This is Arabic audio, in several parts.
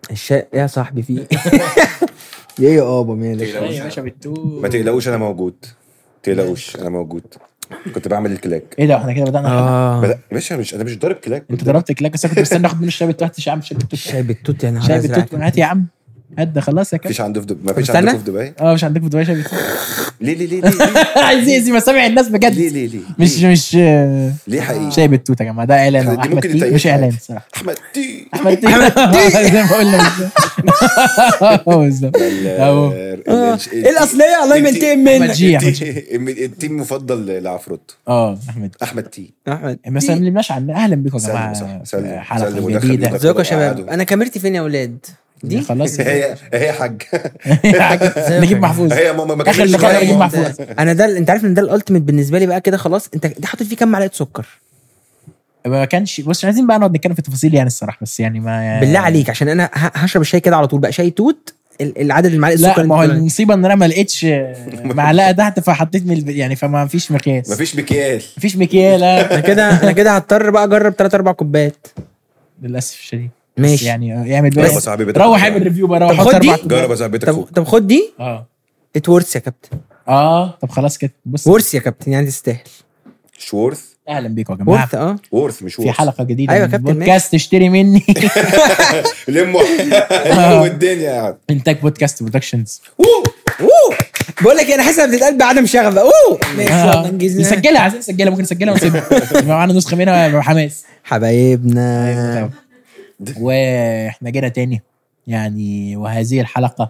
الشاي يا صاحبي فيه ايه يا ابا مالك يا باشا بالتوت. ما تقلقوش انا موجود، تقلقوش انا موجود. كنت بعمل الكلاك. ايه ده احنا كده بدأنا. يا باشا انا مش ضارب كلاك. انت ضربت كلاك بس كنت مستني اخد منه الشاي بالتوت. يا عم شاي بالتوت، الشاي بالتوت يعني شاي بالتوت هات يا عم، هات ده خلاص يا كابتن. مفيش عنده في دبي، مفيش استنى. عنده في دبي. مش عندك في دبي شاي بالتوت؟ ليه عايز يأذي مسامع الناس بجد. ليه مش ليه حقيقي؟ شاي بالتوت يا جماعه، ده اعلان دي احمد ممكن تي، يتقيد مش اعلان عادي. الصراحه. احمد تي احمد تي زي ما قلنا بالظبط. اهو ايه الاصليه الله يمنتقم منك احمد جي. احمد جي. التيم المفضل لعفروت احمد تي. احمد ما سلمناش عن اهلا بكم يا سلم جماعه صح، سلم. حلقه سلم ودخل جديده. ودخل. ازيكم يا شباب؟ قعدوا. انا كاميرتي فين يا اولاد؟ دي خلاص هي حاج. نجيب محفوظ هي ماما ما اخر كملش لقاء معايا. نجيب محفوظ. انا ده انت عارف ان ده الالتيميت بالنسبه لي بقى كده خلاص. انت دي حاطط فيه كام معلقه سكر؟ ما كانش بص، مش عايزين بقى نقعد نتكلم في التفاصيل يعني الصراحه، بس يعني ما بالله عليك عشان انا هشرب الشاي كده على طول بقى شاي توت العدد المعالق السكر. لا ما هو المصيبه ان انا ما لقيتش معلقه تحت فحطيت يعني فما فيش مقياس، مفيش مكيال. مفيش مكيال. انا كده هضطر بقى اجرب 3-4 كوبايات للاسف الشديد. ماشي. يعني يعمل جرب يا بقى صاحبي بيتك. روح اعمل ريفيو بقى، روح طب حط خد 4 دي. جرب يا صاحبتك اخوك. طب خد دي اتورث يا كابتن. طب خلاص كده بص. ورث يا كابتن يعني تستاهل. شورث اهلا بيكم يا جماعه ورث وورث مش في وورث. حلقه جديده أيوة من كابتن، بودكاست اشتري مني. لموا لموا الدنيا يعني. انتاج بودكاست برودكشنز. بقول لك انا حاسس بتتقال بعدم شغف. ماشي يلا انجزنا. نسجلها، عايزين نسجلها، ممكن نسجلها ونسيبها يبقى معانا نسخه منها بحماس. حبايبنا واحنا جينا تاني يعني، وهذه الحلقه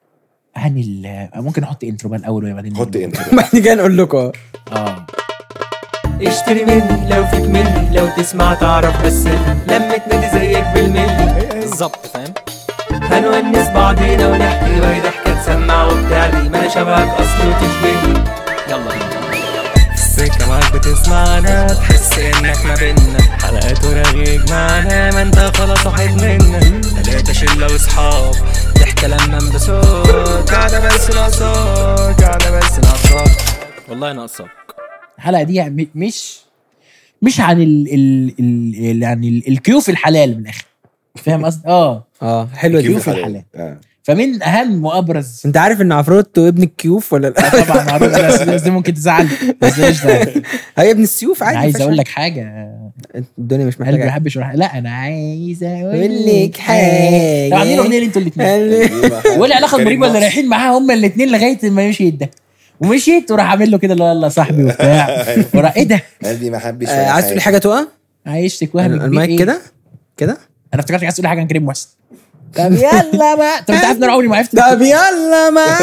ممكن نحط انترو بقى الاول وبعدين حط انترو. بعد كده نقول لكم اشتري مني لو فيك مني، لو تسمع تعرف بس لما تنادي زيك بالملي بالظبط فاهم. هنونس بعضينا ونحكي وهي ضحكة تسمع وبتعلي، ما انا شبهك اصلي وتشبهني. يلا بينا في السكة معاك بتسمعنا، تحس انك ما بينا حلقات ورغيك معنا، ما انت خلاص واحد منا. 3 شلة واصحاب ضحكة لما انبسوط، قاعدة بس ناقصاك، قاعدة بس ناقصاك، والله ناقصاك. الحلقه دي يعني مش عن يعني الكيوف الحلال من الاخر، فاهم قصدي؟ حلوه دي. كيوف الحلال. فمن اهم وابرز، انت عارف ان عفروتو ابن الكيوف ولا لا؟ طبعا معروف. بس دي ممكن تزعل، بس ايش ده؟ هي ابن السيوف عادي. عايز اقول لك حاجه، الدنيا مش قلبي ما محتاجه. بحبش لا انا عايز اقول لك حاجه. طب عاملين اغنيه انتوا الاثنين، ولا علاقه مريبه اللي رايحين معاها هما الاثنين لغايه ما مشيت ده ومشيت وراح عامل له كده يلا صاحبي وبتاع وراح ايه ده؟ قلبي ما حبش. عايز تقول حاجه تقى عايشتك وهم المايك كده. انا افتكرت عايز تقول حاجه عن كريم محسن. طب يلا بقى. طب انت عارف ان انا عمري ما عرفت. طب يلا مع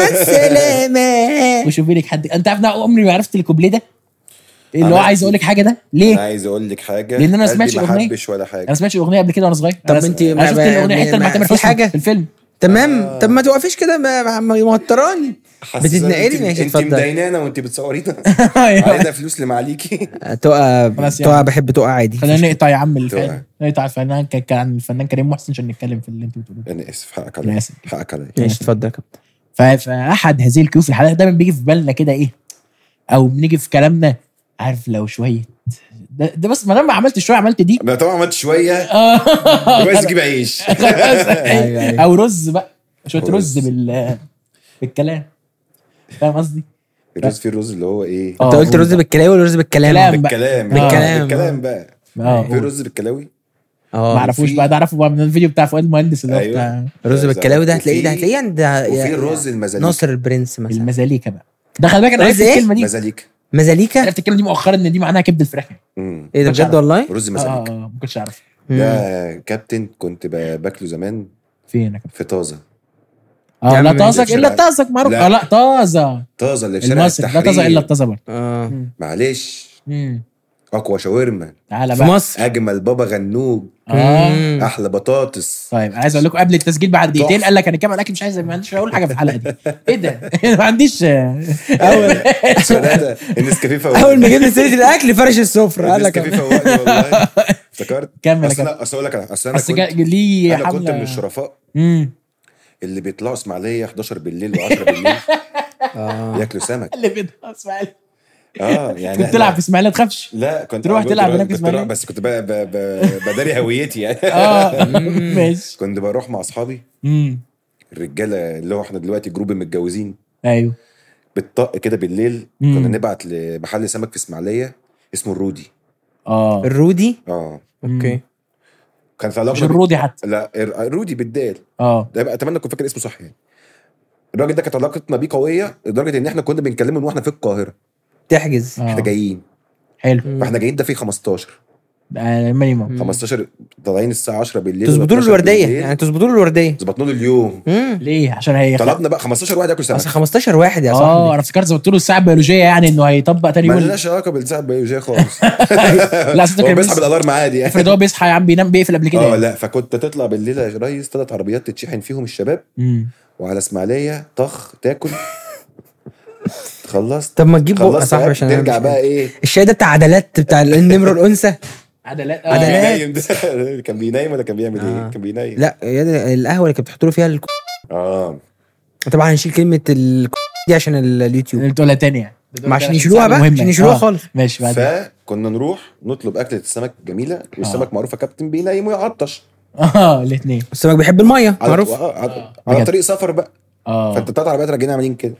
السلامه. وشوفي لك حد. انت عارف ان انا عمري ما عرفت الكوبليه ده اللي هو عايز اقول لك حاجه ده ليه؟ انا عايز اقول لك حاجه لان انا ما قلبي سمعتش ما الاغنيه. حبش ولا حاجه. انا ما سمعتش الاغنيه قبل كده وانا صغير. طب انت انا شفت الاغنيه حته مع تامر في حسني حاجه في الفيلم. تمام. طب ما توقفيش كده موتراني. بتتنقلي ماشي انت اتفضل. مدينانا وانت بتصورينا علينا فلوس لمعليكي. تقى خلاص يعني. بحب تقى عادي. خلينا نقطع يا عم الفيلم، تقع. نقطع الفنان كان الفنان كريم محسن عشان نتكلم في اللي انتوا بتقولوه. انا اسف حقك أنا عليا آسف. حقك عليا. ماشي اتفضل يا كابتن. فاحد هذه الكيوف الحلقه دايما بيجي في بالنا كده ايه، او بنيجي في كلامنا عارف لو شويه ده بس ما دام ما عملت شويه عملت دي. انا طبعا عملت شويه بس جيب عيش. أيوة. او رز بقى شويه رز بالكلام، فاهم قصدي؟ الرز في الرز اللي هو ايه؟ انت قلت رز بالكلاوي ولا رز بالكلام؟ كلام. بالكلام بالكلام بقى. في رز بالكلاوي ما اعرفوش في- بقى، ده اعرفه بقى من الفيديو بتاع فؤاد المهندس اللي هو أيوة. بتاع الرز بالكلاوي ده وفي- هتلاقيه عند وفي الرز المزاليك. ناصر البرنس مثلا. المزاليكا بقى. ده خلي بالك انا عرفت رز إيه؟ الكلمه دي، مزاليك. مزاليكا. عرفت الكلمه دي مؤخرا ان دي معناها كبده الفراخ. ايه ده بجد والله؟ رز مزاليك ما كنتش اعرف. ده كابتن كنت باكله زمان فين يا كابتن؟ في طازه. يا لا عم طازك الا طازك معروف. لا. لا طازه طازه اللي في شارع المصري، لا التحرير. طازه الا الطازه برضه. معلش اقوى شاورما تعالى في بقى. مصر. اجمل بابا غنوج احلى بطاطس. طيب عايز اقول لكم قبل التسجيل بعد دقيقتين تحفة. قال لك انا كمان الاكل مش عايز، ما عنديش اقول حاجه في الحلقه دي. ايه ده؟ ما عنديش اول النسكافيه اول ما جبنا سيره الاكل فرش السفره قال لك النسكافيه فوقني والله افتكرت. كمل يا اصل كابتن. اقول لك اصل بس انا ليه كنت حمله من الشرفاء امم اللي بيطلعوا اسماعيليه 11 بالليل و10 بالليل ياكلوا سمك. اللي بيضحك اسماعيل. يعني كنت تلعب في اسماعيليه ما تخافش. لا كنت تروح تلعب هناك في كنت اسماعيليه. بس كنت بداري هويتي يعني. ماشي. كنت بروح مع اصحابي الرجاله اللي هو احنا دلوقتي جروب متجوزين. ايوه بالطق كده بالليل كنا نبعت لمحل سمك في اسماعيليه اسمه الرودي. الرودي اوكي. كان في علاقه مش الرودي حتى. لا الرودي بالدال. ده بقى اتمنى اكون فاكر اسمه صح يعني. الراجل ده كانت علاقتنا بيه قويه لدرجه ان احنا كنا بنكلمه واحنا في القاهره تحجز. احنا جايين حلو. فاحنا جايين ده في 15 مينيمم 15 طالعين الساعه 10 بالليل. تظبطوا له الورديه يعني تظبطوا له الورديه. ظبطنا له اليوم. ليه؟ عشان هي طلبنا بقى 15 واحد ياكل سمك. اصل 15 واحد يا صاحبي. انا افتكرت ظبطت له الساعه البيولوجيه يعني انه هيطبق تاني يوم. مالناش علاقه بالساعه البيولوجيه خالص. لا اصل هو بيصحى بالالارم عادي يعني. افرض هو بيصحى يا عم بينام بيقفل قبل كده. لا فكنت تطلع بالليل يا ريس 3 عربيات تتشحن فيهم الشباب وعلى اسماعيليه طخ تاكل خلصت. طب ما تجيب بقى صاحبي عشان ترجع بقى ايه الشاي ده بتاع عدلات بتاع النمر الانثى. عدلات. كان بينام ولا كان بيعمل ايه؟ كان بينام. لا القهوه اللي كانت بتحط له فيها طبعا هنشيل كلمه دي عشان اليوتيوب. اللي تقولها تاني يعني عشان يشيلوها بقى عشان يشيلوها خالص. ماشي. بعد فكنا نروح نطلب اكله السمك جميله والسمك معروفه كابتن بينام ويعطش. الاثنين. السمك بيحب الميه معروف. على طريق سفر بقى. فانت بتاع العربيات راجعين عاملين كده.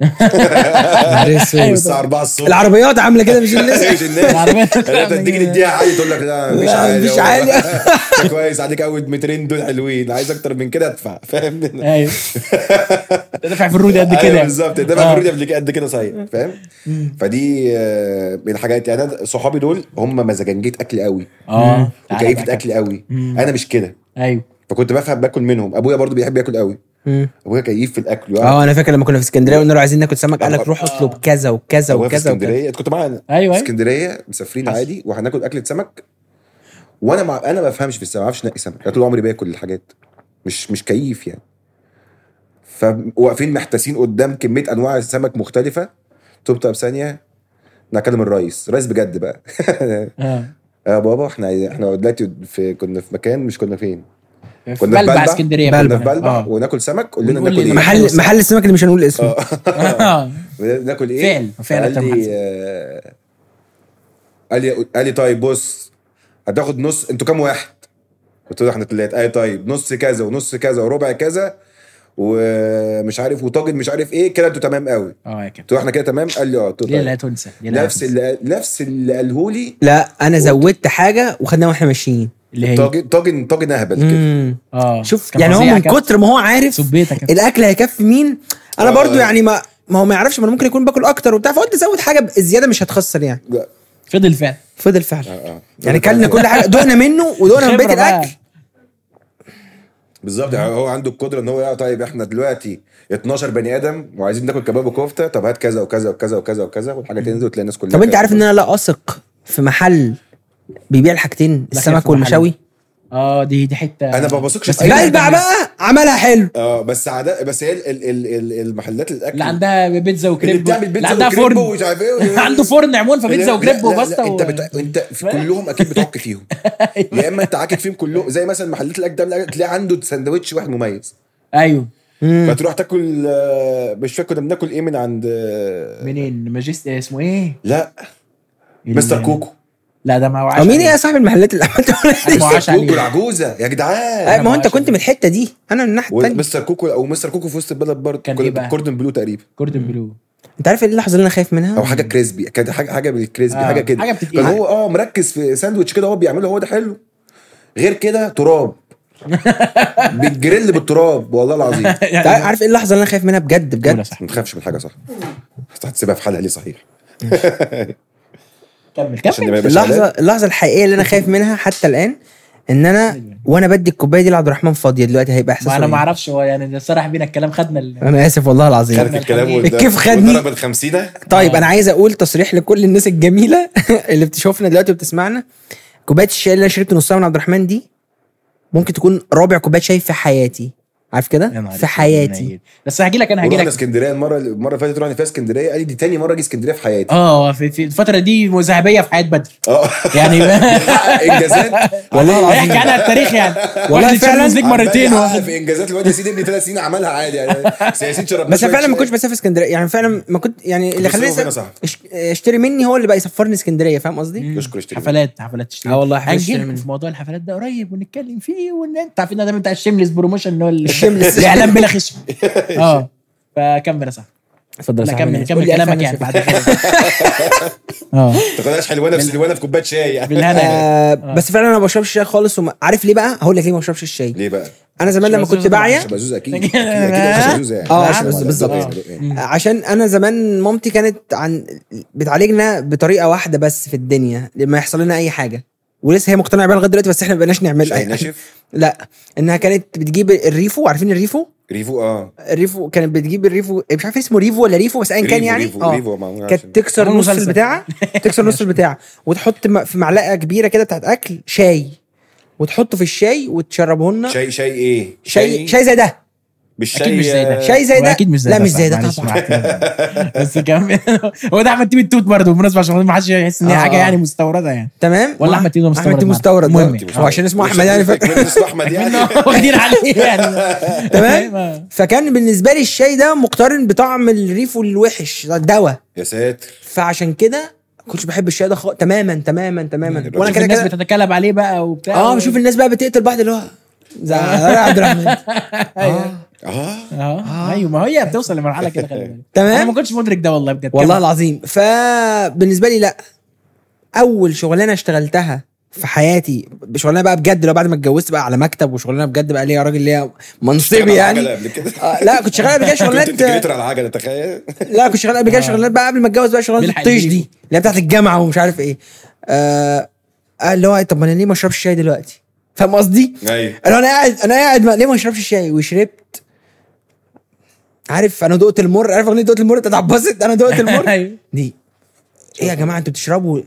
الساعه 4 الصبح العربيات عامله كده مش الناس. العربيات تديك نديها عالي تقول لك لا مش عالي. كويس عليك اول مترين دول حلوين عايز اكتر من كده ادفع فاهم. ايوه دافع في الرودي قد كده بالظبط دافع في الرودي قد كده صحيح فاهم. فدي من الحاجات يعني انا صحابي دول هم مزاجنجيه اكل قوي. وكيفه اكل قوي. انا مش كده. ايوه فكنت بفهم باكل منهم. ابويا برضو بيحب ياكل قوي. ابويا كيف في الاكل. انا فاكر لما كنا في اسكندريه قلنا له عايزين ناكل سمك قال لك روح اطلب كذا وكذا وكذا. اسكندريه كنت معانا. ايوه اسكندريه مسافرين عادي وهناكل اكله سمك وانا انا ما بفهمش في السمك ما اعرفش نقي سمك. طول عمري باكل الحاجات مش كيف يعني. فواقفين محتاسين قدام كميه انواع السمك مختلفه. طب ثانيه نكلم الرئيس بجد بقى. يا بابا احنا دلوقتي كنا في مكان مش كنا فين. كنا في بلبع اسكندريه. كنا في بلبع وناكل سمك. قول لنا ناكل ايه. محل السمك اللي مش هنقول اسمه. ناكل ايه. فعلا قال لي طيب بص هتاخد نص. انتوا كام واحد؟ قلت له احنا 3. طيب نص كذا ونص كذا وربع كذا ومش عارف وطاجن مش عارف ايه كده انتوا تمام قوي. قلت له احنا كده تمام. قال لي دي لا تنسى. نفس اللي قاله لي. لا انا زودت حاجه وخدناها واحنا ماشيين. طاجن اهبل كده. شوف يعني هو من كتر ما هو عارف الاكل هيكفي مين. انا برضو يعني ما هو ما يعرفش. ما ممكن يكون باكل اكتر وبتاع فقلت ازود حاجه الزياده مش هتخسر يعني. فضل فعلا يعني كلنا كل حاجه دقنا منه ودقنا من بيت الاكل بالظبط. يعني هو عنده القدره ان هو طيب احنا دلوقتي 12 بني ادم وعايزين ناكل كباب وكفته. طب هات كذا وكذا وكذا وكذا وكذا والحاجه تنزل وتلاقي الناس كلها. طب انت عارف ان انا لا اثق في محل بيبيع الحاجتين السمك والمشاوي. دي حته انا ما بثقش في بلبع بقى عملها حلو. بس بس هي المحلات الاكل اللي عندها بيتزا وكريب اللي عندها فرن ومش عارف ايه عنده فرن عمون فبيتزا وكريب وباستا. انت في كلهم اكيد بتعك فيهم. يا اما انت عاكك فيهم كلهم زي مثلا محلات الاكل ده تلاقي عنده سندوتش واحد مميز. ايوه فتروح تاكل مش فاكر كنا بناكل ايه من عند منين ماجست اسمه ايه. لا مستر كوكو. لا ده ما وعاش. مين يا صاحب المحلات اللي مستر كوكو العجوزه يا جدعان. ما هو انت كنت من الحته دي انا من الناحيه الثانيه. مستر كوكو في وسط البلد برضه كوردن بلو تقريبا. كوردن بلو. انت عارف ايه اللحظه اللي انا خايف منها؟ او حاجه كريسبي كانت حاجه بالكريسبي حاجه كده. كان هو مركز في ساندويتش كده هو بيعمله هو ده حلو. غير كده تراب بالجريل بالتراب والله العظيم. عارف ايه اللحظه اللي انا خايف منها بجد ما تخافش من حاجه صح. هتسيبها في حالها ليه صحيح. كمل اللحظه الحقيقيه اللي انا خايف منها حتى الان ان انا وانا بدي الكوبايه دي لعبد الرحمن فاضيه دلوقتي هيبقى احساسه. انا ما اعرفش هو يعني صرح بينا الكلام خدنا انا اسف والله العظيم خدت الكلام كيف خدني ضرب ال 50. طيب انا عايز اقول تصريح لكل الناس الجميله اللي بتشوفنا دلوقتي وبتسمعنا. كوبايه الشاي اللي انا شربت نصها من عبد الرحمن دي ممكن تكون رابع كوبايه شاي في حياتي. عارف كده في حياتي. بس هحكي لك انا اسكندريه المره اللي فاتت رحنا فيها اسكندريه قال لي دي تاني مره اجي اسكندريه في حياتي. في الفتره دي ذهبيه في حياه بدر. يعني انجازات والله العظيم احكي عنها التاريخ يعني. والله فعلا ليك مرتين في انجازات الواد ياسين ابني 3 سنين عملها عادي يعني. ياسين شرب بس فعلا ما كنتش بسافر اسكندريه يعني فعلا ما كنت يعني اللي خلاني اشتري مني هو اللي بقى يسفرني اسكندريه، فاهم قصدي؟ يشكر اشتري حفلات تشتري. والله هنجيلكم في موضوع الحفلات ده قريب ونتكلم فيه، وان انت عارفين ده بتاع الشيمليس بروموشن اللي هو الشيمليس الاعلان بلا خشم. فكمل يا صاحبي. اتفضل. كمل كلامك يعني بعد كده. تاخدهاش حلوانه في كوبايه شاي يعني. بس فعلا انا ما بشربش الشاي خالص. عارف ليه بقى؟ هقول لك ليه ما بشربش الشاي. ليه بقى؟ انا زمان لما كنت باعيه شبازوز اكيد شبازوز بالظبط. عشان انا زمان مامتي كانت بتعالجنا بطريقه واحده بس في الدنيا لما يحصل لنا اي حاجه، ولسه هي مقتنعه بيها لغايه دلوقتي، بس احنا ما بقيناش نعملها. شاي ناشف؟ لا، انها كانت بتجيب الريفو. عارفين الريفو؟ الريفو كانت بتجيب الريفو، مش عارف اسمه ريفو ولا ريفو، بس ايا كان يعني. كانت تكسر نص البتاع وتحط في معلقه كبيره كده بتاعت اكل شاي، وتحطه في الشاي وتشربه لنا. شاي ايه؟ شاي زي ده. اكيد مش زي ده. شاي زي ده اكيد مش زي ده. لا مش زي ده طبعا. بس كمان هو ده احمد تيمي التوت برضه بالمناسبه، عشان ما حدش يحس ان هي حاجه يعني مستورده يعني. تمام. ولا احمد تيمي مستورد المهم هو عشان اسمه احمد يعني اسمه احمد يعني واخدين عليه يعني. تمام. فكان بالنسبه لي الشاي ده مقترن بطعم الريف الوحش الدواء. يا ساتر. فعشان كده كنتش بحب الشاي ده تماما. وانا كده الناس بتتكلم عليه بقى وبتاع. بشوف الناس بقى بتقتل بعض اللي هو زي عبد الرحمن. ايوه، ما هي بتوصل لمرحله كده. خلي بالك. تمام. انا ما كنتش مدرك ده والله بجد. والله العظيم. فبالنسبه لي لا، اول شغلانه اشتغلتها في حياتي شغلانه بقى بجد، لو بعد ما اتجوزت بقى على مكتب وشغلانه بجد بقى ليا راجل ليا منصبي يعني. لا كنت شغال قبل كده شغلانات كنت على العجله تخيل. لا كنت شغال قبل كده شغلانات بقى قبل ما اتجوز بقى شغلانه الطيش دي اللي هي بتاعت الجامعه ومش عارف ايه. اللي هو طب انا ليه ما اشربش شاي دلوقتي؟ فاهم قصدي؟ ايوه. انا قاعد ليه ما اشربش الشاي؟ وشربت. عارف انا دقت المر، عارف اغنيه دقت المر بتاعت عباسط؟ انا دقت المر دي. ايه يا جماعه انتوا بتشربوا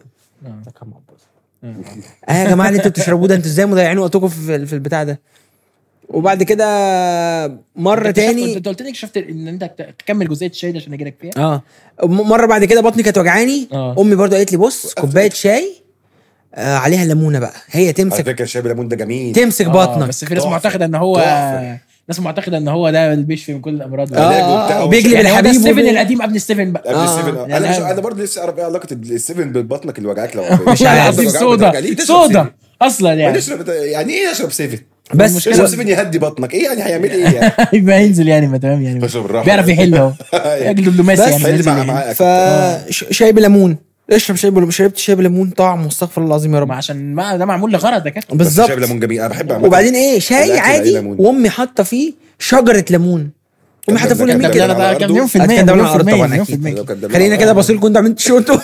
يا جماعه اللي انتوا بتشربوه ده انتوا ازاي مضيعين وقتكم في البتاع ده؟ وبعد كده مره تاني انت قلت لي اكتشفت ان انت تكمل جزئيه الشاي ده عشان اجي لك فيها. مره بعد كده بطني كانت وجعاني. امي برضو قالت لي بص كوبايه شاي عليها ليمونه بقى، هي تمسك. على فكره الشاي بالليمون ده جميل، تمسك بطنك. بس في ناس معتقده ان هو ان هو ده اللي بيشفي من كل الامراض بيجلب يعني الحبيب. السيفن القديم قبل السيفن بقى. قبل السيفن. انا برضه لسه اعرف ايه علاقه السيفن بالبطنك اللي وجعك. لو مش عارف صودا اصلا يعني. يعني ايه اشرب سيفن؟ بس اشرب سيفن يهدي بطنك. ايه يعني هيعمل ايه يعني؟ يبقى ينزل يعني. ما تمام يعني بيعرف يحل اهو راجل دبلوماسي يعني. فشاي بليمون. اشرب شربت شاي بليمون طعم واستغفر الله العظيم يا رب. عشان ما ده معمول لغرض ده كده بالظبط. شاي بليمون جميل انا بحب. وبعدين ايه شاي عادي وامي حاطه فيه شجره ليمون. امي حاطه فيه ليمون كده. ده كان يوم في المية. كان ده من الارض طبعا اكيد. خلينا كده بصيل كنت عملت شورته.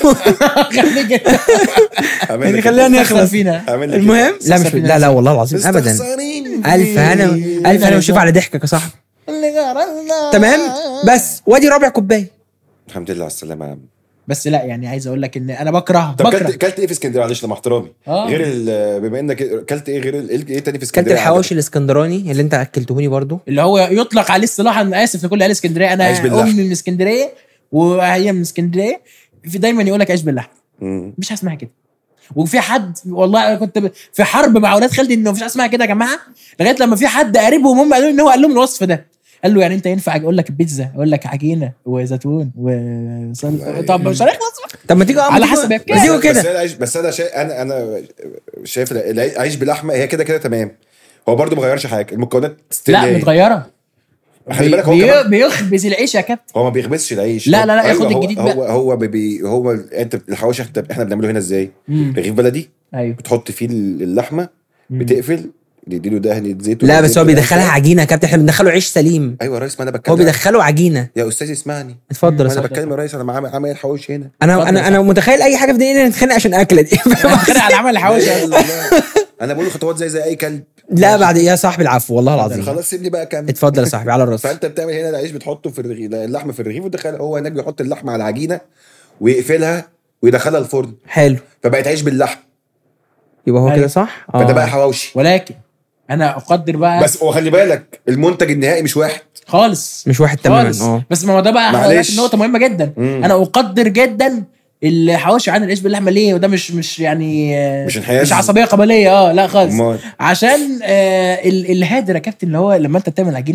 خلينا نخلص فينا. المهم لا والله العظيم ابدا. الف انا وشوف على ضحكك يا صاحبي. تمام. بس وادي رابع كوبايه. الحمد لله على السلامه يا عم. بس لا يعني عايز اقول لك ان انا بكره. كلت ايه في اسكندريه معلش لما احترامي غير بما انك كلت ايه غير ايه تاني في اسكندريه؟ كلت الحواوشي الاسكندراني اللي انت اكلتهوني برضو، اللي هو يطلق عليه اصطلاحا، انا اسف لكل اهل اسكندريه، انا امي من اسكندريه وهي من اسكندريه، في دايما يقول لك عيش باللحمه. مش اسمها كده. وفي حد والله انا كنت في حرب مع اولاد خالتي انه مش اسمها كده يا جماعه، لغايه لما في حد قريبهم هم قالوا ان هو قال لهم الوصف ده. قال له يعني انت ينفع اقول لك بيتزا اقول لك عجينه وزيتون طب مش هنخلص. طب ما تيجي على حسب كده. بس انا شايف العيش بلحمه هي كده تمام. هو برضو ما غيرش حاجه، المكونات لا متغيره. خلي بالك هو بيخبز العيش يا كابتن. هو ما بيخبزش العيش. لا ياخد الجديد بقى. هو انت الحواوشي احنا بنعمله هنا ازاي؟ رغيف بلدي. ايوه. بتحط فيه اللحمه بتقفل يديله دهنه زيت. لا بس هو بيدخلها عجينه يا كابتن، احنا بندخله عيش سليم. ايوه يا ريس، ما انا بتكلم. هو بيدخله عجينه يا استاذ اسمعني. اتفضل. انا بتكلم يا ريس، انا عامل الحواوشي هنا. انا متخيل اي حاجه في دنيا نتخانق عشان اكله دي. نتخانق على عمل الحواوشي. انا بقول خطوات زي اي كلب. لا بعد يا صاحبي العفو والله العظيم. خلاص سيبني بقى كمل. اتفضل يا صاحبي على الراس. فانت بتعمل هنا العيش بتحطه في الرغيف، اللحمه في الرغيف وتدخل. هو هناك بيحط اللحمه على العجينه ويقفلها ويدخلها الفرن. حلو. فبقت عيش باللحم. يبقى هو كده صح. فده بقى حواوشي. ولكن انا اقدر بقى بس وخلي بالك المنتج النهائي مش واحد خالص. مش واحد تماما. بس ما هو ده بقى نقطه مهمه جدا. انا اقدر جدا الحواوشي عن العيش باللحمه. ليه؟ وده مش يعني مش عصبيه قبليه. لا خالص. عشان الهادر يا كابتن اللي هو لما انت بتعمل عجينه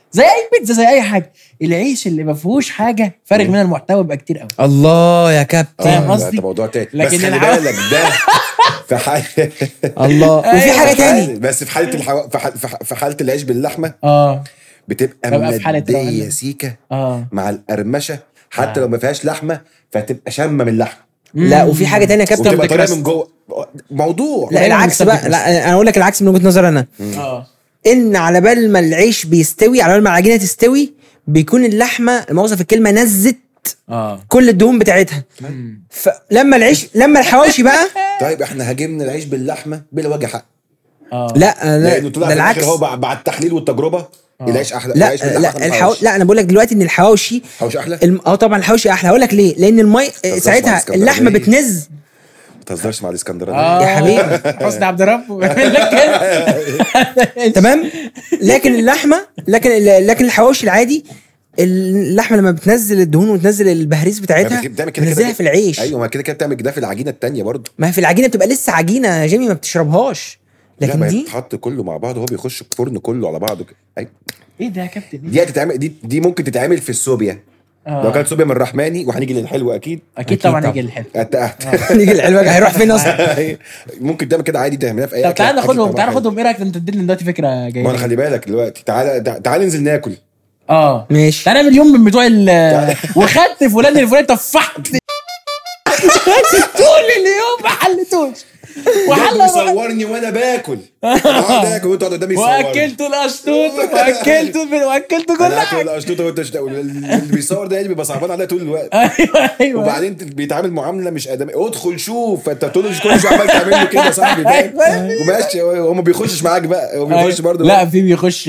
زي اي بيتزا زي اي حاجه. العيش اللي ما فيهوش حاجه فارغ من المحتوى بيبقى كتير قوي. الله يا كابتن. فاهم قصدي؟ ده موضوع تاني. لكن بس خلي بالك ده في حاجه الله. وفي حاجه تاني بس في حاله في حاله العيش باللحمه بتبقى مديه سيكه مع القرمشه حتى لو ما فيهاش لحمه فتبقى شامه من اللحمه. لا وفي حاجه تانية يا كابتن وتبقى طالعه من جوه موضوع. لا العكس بقى. لا انا اقول لك العكس من وجهه نظر انا. ان على بال ما العيش بيستوي، على بال ما العجينه تستوي، بيكون اللحمه المؤاخذه في الكلمه نزت كل الدهون بتاعتها. فلما الحواوشي بقى طيب احنا هاجمنا العيش باللحمه بلا وجه حق. لا لانه طلع بالعكس هو بعد التحليل والتجربه العيش احلى. لا لا انا بقول لك دلوقتي ان الحواوشي احلى. طبعا الحواوشي احلى. هقول لك ليه. لان المي ساعتها اللحمه بتنز. ما تهزرش مع الاسكندرانيه يا حبيبي. حسني عبد الرب بيعمل لك كده تمام. لكن اللحمه لكن الحواوشي العادي اللحمه لما بتنزل الدهون وتنزل البهاريز بتاعتها بتنزلها في العيش. ايوه ما كده بتعمل كده في العجينه التانية برضه. ما في العجينه بتبقى لسه عجينه يا جيمي ما بتشربهاش. لكن دي بتحط كله مع بعض وهو بيخش الفرن كله على بعضه. ايه ده يا كابتن؟ دي هتتعمل دي ممكن تتعمل في السوبيا. لو كانت سوبيا من الرحماني وهنيجي للحلو اكيد طبعا نيجي للحلو. نيجي للحلو هيروح فين اصلا؟ ممكن تعمل كده عادي تعملها في اي طب تعال ناخدهم ايه رايك انت تدينا دلوقتي فكره جايه؟ ما انا خلي بالك دلوقتي تعال ننزل ناكل. ماشي. تعال نعمل يوم من بتوع وخدت فلان الفلاني طفحت طول اليوم ما حلتوش صورني وانا باكل وانت قدامي واكلت القشطوط واكلت كل حاجه. القشطوط اللي بيصور ده بيبقى صعبان عليا طول الوقت. ايوه وبعدين بيتعامل معامله مش ادميه. ادخل شوف انت طول كل شويه عمال تعمل له كده صاحبي وماشي. هو ما بيخشش معاك بقى. هو بيخش برضه. لا في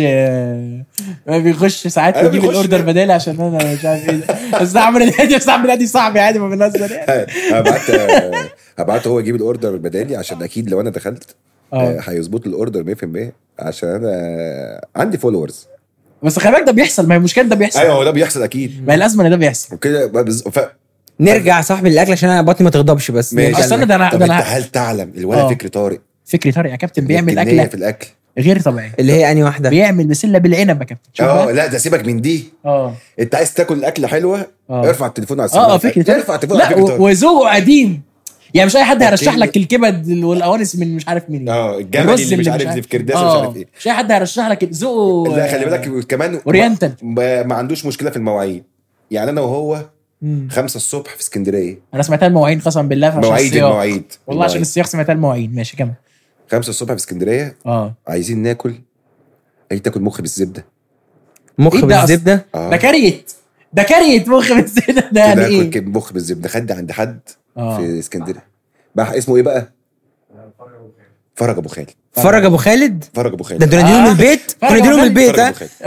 بيخش ساعات يجيب الاوردر بدالي عشان انا مش عارف ايه. بس عمرو دي صاحبي عادي ما بنهزر يعني. هبعته هو يجيب الاوردر البدالي عشان اكيد لو انا دخلت هيظبط الاوردر 100% عشان انا عندي فولورز. بس خلي بالك ده بيحصل. ما هي المشكله ده بيحصل. ايوه هو ده بيحصل اكيد. ما هي الازمه ان ده بيحصل وكده نرجع صاحبي للاكل عشان انا بطني ما تغضبش. بس اصل ده انا هل تعلم الولا فكري طارق يا كابتن بيعمل اكله في الاكل غير طبيعي اللي هي اني واحده بيعمل بسله بالعنب يا كابتن. لا ده سيبك من دي. انت عايز تاكل الاكله حلوه ارفع التليفون على السماعه. فكري ارفع التليفون على فكري. وذوقه قديم يعني مش اي حد هيرشح لك الكبد والقوانص من مش عارف مين. الجمل اللي مش عارف في كرداس مش عارف ايه. مش اي حد هيرشح لك ذوقه. لا خلي بالك كمان اورينتال ما عندوش مشكله في المواعيد. يعني انا وهو 5 الصبح في اسكندريه. انا سمعتها المواعيد قسما بالله. مواعيد والله عشان السياق سمعتها المواعيد. ماشي كمل. 5 الصبح في اسكندريه. عايزين ناكل. تاكل مخ بالزبده. مخ بالزبده ده كريت مخ بالزبده. ده يعني ايه مخ بالزبده؟ خد عند حد في اسكندريه بقى اسمه ايه بقى؟ فرج ابو خالد. فرج ابو خالد ده انتوا نادينه من البيت. من البيت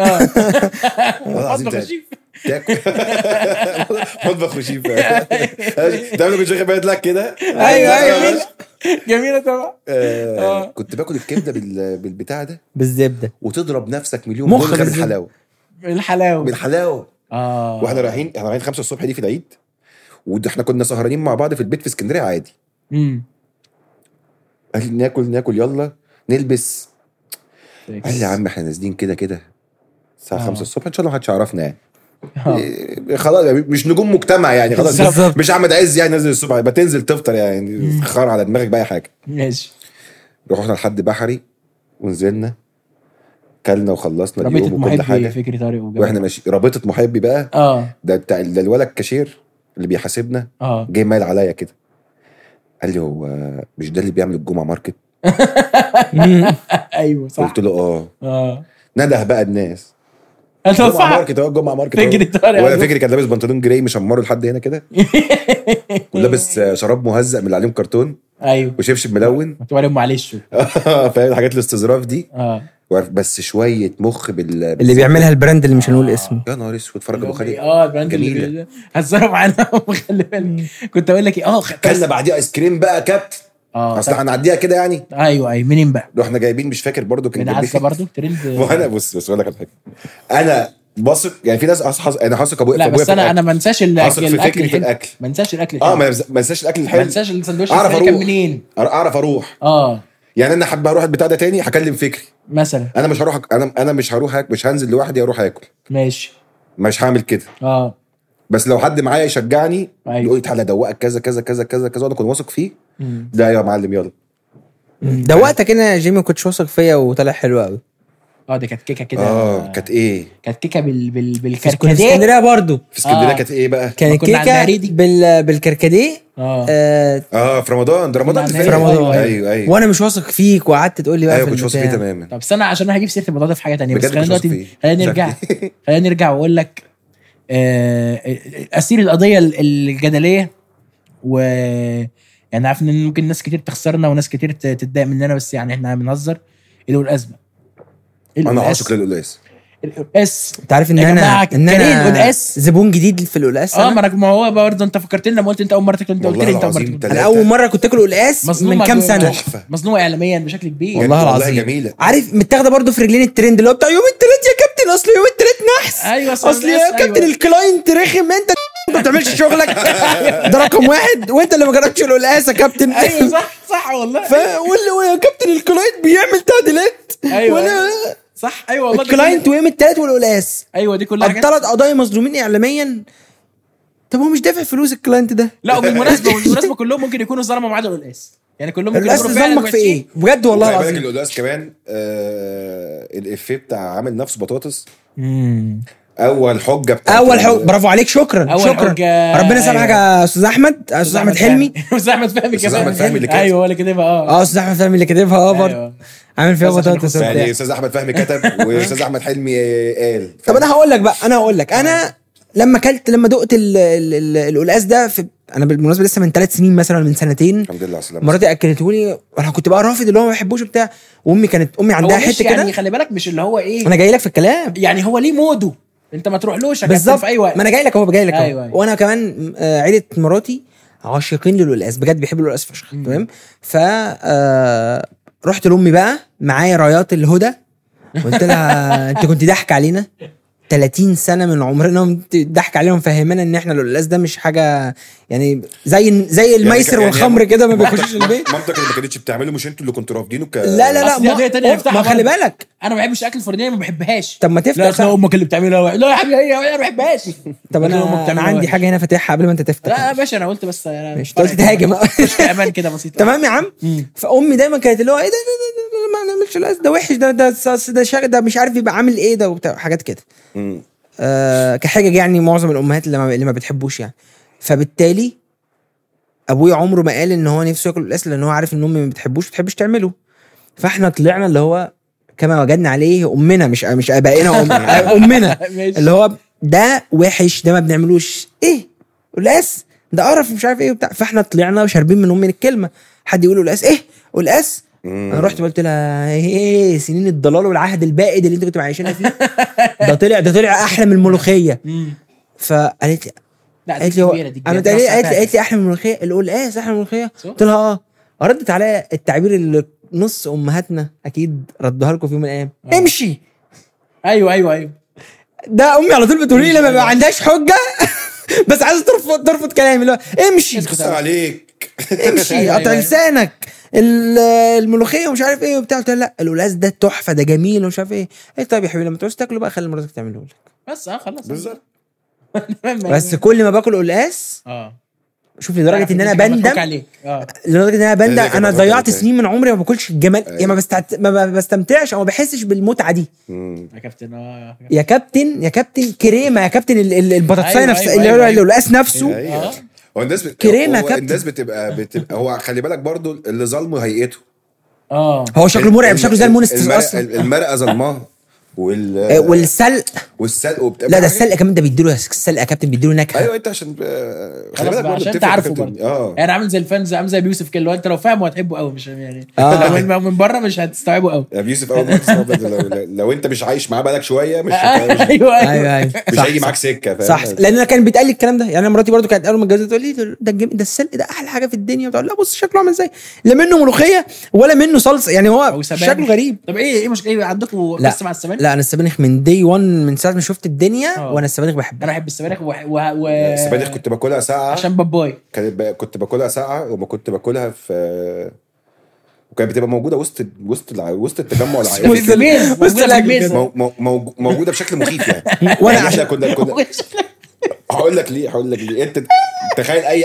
مطبخ خشيف تاكل مطبخ خشيف. تعملوا كل شيء بيت لك كده. ايوه جميله طبعا. كنت باكل الكبده بالبتاع ده بالزبده وتضرب نفسك مليون مخ بالحلاوه. واحنا رايحين 5 الصبح دي في العيد. واحنا كنا سهرانين مع بعض في البيت في اسكندريه عادي. قال لي ناكل يلا نلبس. قال لي يا عم احنا نازلين كده الساعه 5 الصبح ان شاء الله محدش يعرفنا يعني. خلاص مش نجوم مجتمع يعني. خلاص مش احمد عز يعني نازل الصبح يبقى تنزل تفطر يعني خار على دماغك باي حاجه. ماشي. رحنا لحد بحري ونزلنا كلنا وخلصنا اليوم وكل حاجه. فكري طارق واحنا ماشي رابطه محبي بقى. ده بتاع الولد الكاشير اللي بيحاسبنا. جاي مايل عليا كده قال لي هو مش ده اللي بيعمل الجمعه ماركت؟ ايوه صح. قلت له نده بقى الناس. الجمعه ماركت الجمعه ماركت. ولا فكري كان لابس بنطلون جراي مشمره لحد هنا كده ولابس شراب مهزق من اللي عليهم كرتون. ايوه وشبشب ملون. مكتوب عليهم معلش. فاهم الحاجات الاستظراف دي. بس شويه مخ اللي بيعملها البراند اللي مش هنقول اسمه. يا نهار اسود. فرج ابو خالد. البراند اللي هزروا معانا. خلي بالك كنت اقول لك كلنا بعديها ايس كريم بقى كابتن. اصل هنعديها كده يعني. ايوه منين بقى؟ رحنا جايبين مش فاكر برضو كان من عزة برضو ترند. وانا بص اقول لك على حاجه. انا بثق يعني في ناس انا حاسق ابويا. لا بس انا ما انساش الاكل الأكل. ما انساش الاكل ما انساش الاكل الحلو. ما انساش الساندوتش كان منين. اعرف اروح يعني انا حابب اروح البتاع ده تاني، هكلم فكري مثلا. انا مش هروح انا مش هروح مش هنزل لوحدي اروح اكل، ماشي مش هعمل كده. بس لو حد معايا يشجعني يقول لي تعالى دوقك كذا كذا كذا كذا كذا وانا كنت واثق فيه، ده يا معلم يلا. دوقتك انا يا جيمي كنت واثق فيا وطلع حلو قوي. دي كانت كيكه كده. كانت ايه؟ كانت كيكه بالكركديه. في اسكندريه برضو. في اسكندريه كانت ايه بقى؟ كانت كيكه بالكركديه. في رمضان. ده رمضان في رمضان. ايوه وانا مش واثق فيك وقعدت تقول لي بقى ايوه كنت واثق فيه تماما. طب استنى عشان انا هجيب سيره البطاطا في حاجه تانية، بس خلينا نرجع واقول لك اسير القضيه الجدليه. و يعني عارف ان ممكن ناس كتير تخسرنا وناس كتير تتضايق مننا، بس يعني احنا بنهزر. الازمه انا عاشق للقلاس. القلاس انت عارف ان انا زبون جديد في القلاس. ما هو برضه انت فكرتني لما قلت انت اول مره تاكل. انت قلت لي انت انا اول مره كنت اكل قلاس من كام سنه. مصنوع اعلاميا بشكل كبير والله العظيم. جميله. عارف متاخده برضه في رجلين الترند اللي هو بتاع يوم الثلاث يا كابتن. اصل يوم الثلاث نحس. ايوه اصل يا كابتن الكلاينت رخم. انت ما بتعملش شغلك. ده رقم واحد. وانت اللي ما جربتش القلاس يا كابتن. ايوه صح والله. واللي كابتن الكلاينت بيعمل تعديلات. ايوه صح. ايوه والله. الكلاينت ويوم الثلاث والقلاس. ايوه دي كلها حاجات. 3 قضايا مظلومين اعلاميا. طب هو مش دافع فلوس الكلاينت ده؟ لا بالمناسبه كلهم ممكن يكونوا ظلموا معاد القلاس. يعني كلهم ممكن يكونوا ظلمك في ايه بجد والله العظيم. القلاس كمان الافيه بتاع عامل نفسه بطاطس. اول حجه برافو عليك. شكرا ربنا يسامحك يا استاذ احمد. استاذ احمد حلمي. استاذ احمد فهمي كمان. ايوه هو اللي كاتبها. استاذ احمد فهمي اللي كاتبها. برضه عامل فيها بطاطس. يعني استاذ احمد فهمي كتب واستاذ احمد حلمي قال. طب انا هقول لك انا لما دقت القلاس ده انا بالمناسبه لسه من 3 سنين مثلا من سنتين. الحمد لله على السلامه. مراتي اكلتهولي وانا كنت بقى رافض اللي هو ما بحبوش بتاع. وامي عندها حته كده. يعني خلي بالك مش اللي هو ايه. انا جاي لك في الكلام. يعني هو ليه موده. انت ما تروحلوش بالظبط في اي وقت. ما انا جاي لك أيوة. وانا كمان عيله مراتي عاشقين للقلاس بجد. بيحبوا القلاس فشخ. تمام. ف رحت لامي بقى معايا رايات الهدى. قلت لها انت كنت ضحك علينا 30 سنه من عمرنا. ضحك عليهم فهمنا ان احنا القلاس ده مش حاجه يعني زي الميسر يعني والخمر كده ما بيخشش البيت. مامتك اللي ما كانتش بتعمله مش انتوا اللي كنتوا رافضينه لا ما خلي بالك انا ما بحبش الاكل الفرداني ما بحبهاش. طب ما تفتح. لا امك اللي بتعملها. لا يا حبيبي هي ما بحبهاش. طب انا عندي حاجه هنا فاتحها قبل ما انت تفتح. لا يا باشا انا قلت بس مش قلت تهاجم امان كده بسيط. تمام يا عم. فامي دايما كانت اللي هو ايه ده ما نعملش القلاس ده وحش. ده مش عارف يبقى عامل ايه ده وبتاع حاجات كده. كحاجه يعني معظم الامهات اللي ما بتحبوش يعني. فبالتالي ابويا عمره ما قال ان هو نفسه ياكل القلاس لان هو عارف ان امي ما بتحبش تعمله. فاحنا طلعنا اللي هو كما وجدنا عليه امنا مش ابائنا امنا اللي هو ده وحش ده ما بنعملوش. ايه القلاس ده قرف مش عارف ايه وبتاع. فاحنا طلعنا شاربين من امنا الكلمه. حد يقول القلاس ايه القلاس. انا رحت قلت لها ايه سنين الضلال والعهد البائد اللي انت كنت عايشينها فيه ده طلع احلى من الملوخيه. فقالت لي قالت لي احلى من الملوخيه. القلاس احلى من الملوخيه. قلت لها ردت عليا التعبير اللي نص امهاتنا اكيد ردوها لكم في يوم من الايام. امشي. ايوه ده امي على طول بتقول لي لما ما عندهاش حجه بس عايزه ترفض كلامي اللي هو امشي. اسكت عليك. امشي قطع لسانك. الملوخيه ومش عارف ايه وبتاع. قلت لا القلاس ده تحفه ده جميل ومش عارف ايه. طيب يا حبيبي لما تعوز تاكله بقى خلي مراتك تعمله لك بس. خلاص بالظبط. بس كل ما باكل قلاس شوف لدرجه ان انا بندم. لدرجه ان انا بندم انا ضيعت سنين من عمري ما باكلش الجمال. يعني ما بستمتعش او ما بحسش بالمتعه دي. يا كابتن كريمه يا كابتن البطاطسايه نفسها اللي هو القلاس نفسه. هو الناس الناس بتبقى هو خلي بالك برضو اللي ظلمه هيئته. هو شكله مرعب. شكله زي المونستر اصلا. المرأة ظلماه والسلق وبتاع. لا ده السلق كمان ده بيديله السلق يا كابتن بيديله نكهه. ايوه انت عشان خلي بالك عشان تعرفه برضه. يعني عامل زي الفانز عامل زي بيوسف كده لو انت لو فاهمه هتحبه قوي مش يعني من بره مش هتستوعبه قوي. يا بيوسف اول ما لو انت مش عايش معاه بقالك شويه مش ايوه مش هيجي معاك سكه. صح لان انا كان بيتقال لي الكلام ده. يعني انا مراتي برضه كانت اول ما اتجوزت تقول لي ده السلق ده احلى حاجه في الدنيا. بتقول لا بص شكله عامل ازاي لا منه ملوخيه ولا منه صلصه. يعني هو شكله غريب. طب ايه مش ايه عندكم قصه مع السبانخ؟ لا انا السبانخ من دي 1 من ساعه ما شفت الدنيا وانا السبانخ بحبها. انا بحب السبانخ السبانخ كنت باكلها ساعه عشان باباي كنت باكلها ساعه وما كنت باكلها في وكانت بتبقى موجوده وسط التجمع العائلي موجوده بشكل مخيف يعني. وانا يعني عشان كنا هقول لك ليه انت تخيل اي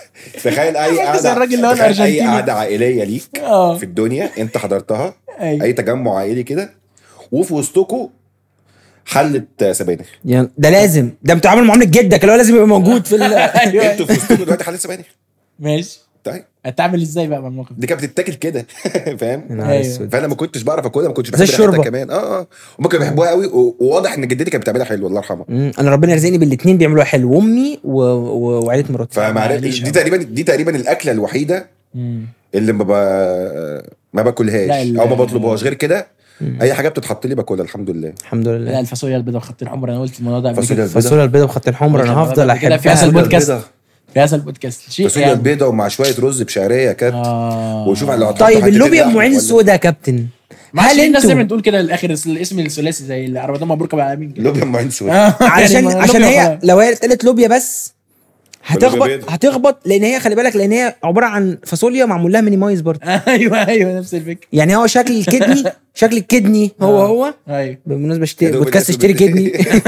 قعده عائليه ليك في الدنيا انت حضرتها، اي تجمع عائلي كده، وفي وسطكم حلة سبانخ يعني ده لازم، ده بتعامل معامله جدك اللي هو لازم يبقى موجود في انتوا في وسطكم دلوقتي حلة سبانخ. ماشي طيب هتعمل ازاي بقى الموقف دي؟ كانت بتتاكل كده فاهم. أيوة. فانا ما كنتش بعرف اكلها، ما كنتش بحب الشوربه كمان. هم كانوا بيحبوها قوي، وواضح ان جدتي كانت بتعملها حلو الله يرحمها. انا ربنا يرزقني بالاثنين بيعملوها حلو، امي وعائله مراتي. دي تقريبا الاكله الوحيده اللي ما باكلهاش او ما بطلبهاش. غير كده اي حاجه بتتحط لي باكلها الحمد لله. الحمد لله. لا الفاصوليا البيضاء بخط حمر، انا قلت الموضوع ده. الفاصوليا البيضاء بخط الحمر انا هفضل احبها في اصل بودكاست، في اصل بودكاست فاصوليا البيضاء ومع شويه رز بشعريه كات وشوف على. طيب اللوبيا ام عين السودا يا كابتن، هل الناس دايما تقول كده الاخر الاسم الثلاثي زي رمضان مبروك ابو العالمين لوبيا ام عين السودا عشان هي لو هي قالت لوبيا بس هتخبط لان هي خلي بالك، لان هي عباره عن فاصوليا معمول لها مينيمايز برضه. ايوه نفس الفكره. يعني هو شكل الكدني هو ايوه. بالمناسبه بودكاست اشتري كدني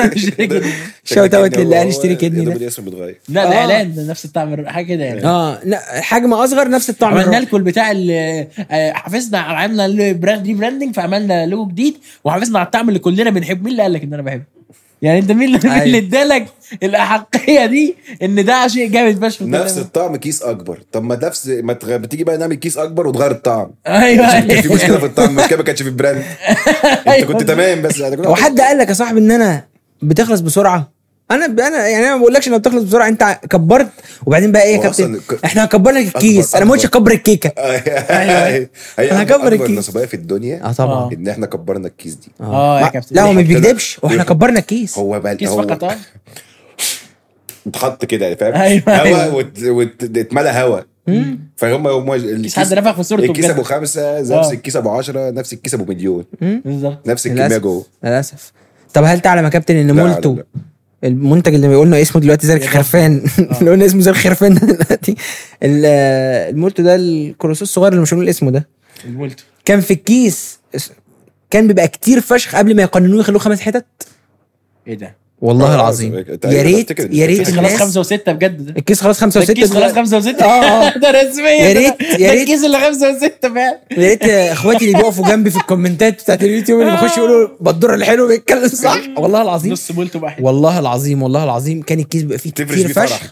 شوت اوت لله اشتري كدني ده. لا الاعلان نفس الطعم حاجه كده يعني. لا حجم اصغر نفس الطعم. عملنا لكم بتاع حافظنا، عملنا براندنج فعملنا لوجو جديد وحافظنا على الطعم اللي كلنا بنحبه. مين اللي قال لك ان انا بحبه؟ يعني انت مين اللي ادالك الاحقيه دي ان ده شيء جامد فشخ؟ نفس الطعم كيس اكبر. طب ما بتيجي بقى نعمل كيس اكبر وتغير الطعم. ايوه في مشكله في الطعم، ما كانش في البراند. انت كنت تمام بس وحد قال لك يا صاحبي ان انا بتخلص بسرعه؟ انا يعني انا ما بقولكش انها بتخلص بسرعه، انت كبرت وبعدين بقى ايه يا كابتن احنا هكبر لك الكيس. انا ما قلتش اكبر الكيكه. ايوه انا هكبر الكيس. النصبيه في الدنيا طبعا ان احنا كبرنا الكيس دي. يا كابتن لا هو ما بيكذبش، واحنا كبرنا الكيس. هو بقى الكيس فقط اتحط كده فاهم. هوا واتملى هوا. فهم الكيس حد نفخ في صورته. الكيس ابو 5 نفس الكيس ابو 10 نفس الكيس ابو مليون بالظبط نفس الكميه جوه للاسف. طب هل تعلم يا كابتن ان مولتو المنتج اللي بيقولنا اسمه دلوقتي زي الخرفان اللي قلنا اسمه زي الخرفان دلوقتي، المولتو ده الكروسو الصغير اللي مش هنقول اسمه ده، المولتو كان في الكيس كان بيبقى كتير فشخ قبل ما يقننوه يخلوه 5 حتت. ايه ده والله العظيم. يا ريت خلاص 5 و6 بجد. الكيس خلاص 5 و6. الكيس خلاص 5 و6 ده رسميا. يا ريت الكيس اللي 5 و6 فعلا. يا ريت اخواتي اللي بيقفوا جنبي في الكومنتات بتاعت اليوتيوب اللي بيخشوا يقولوا بدور الحلو بيتكلم صح. والله العظيم نص مولتو واحد. والله العظيم كان الكيس بيبقى فيه كتير فشخ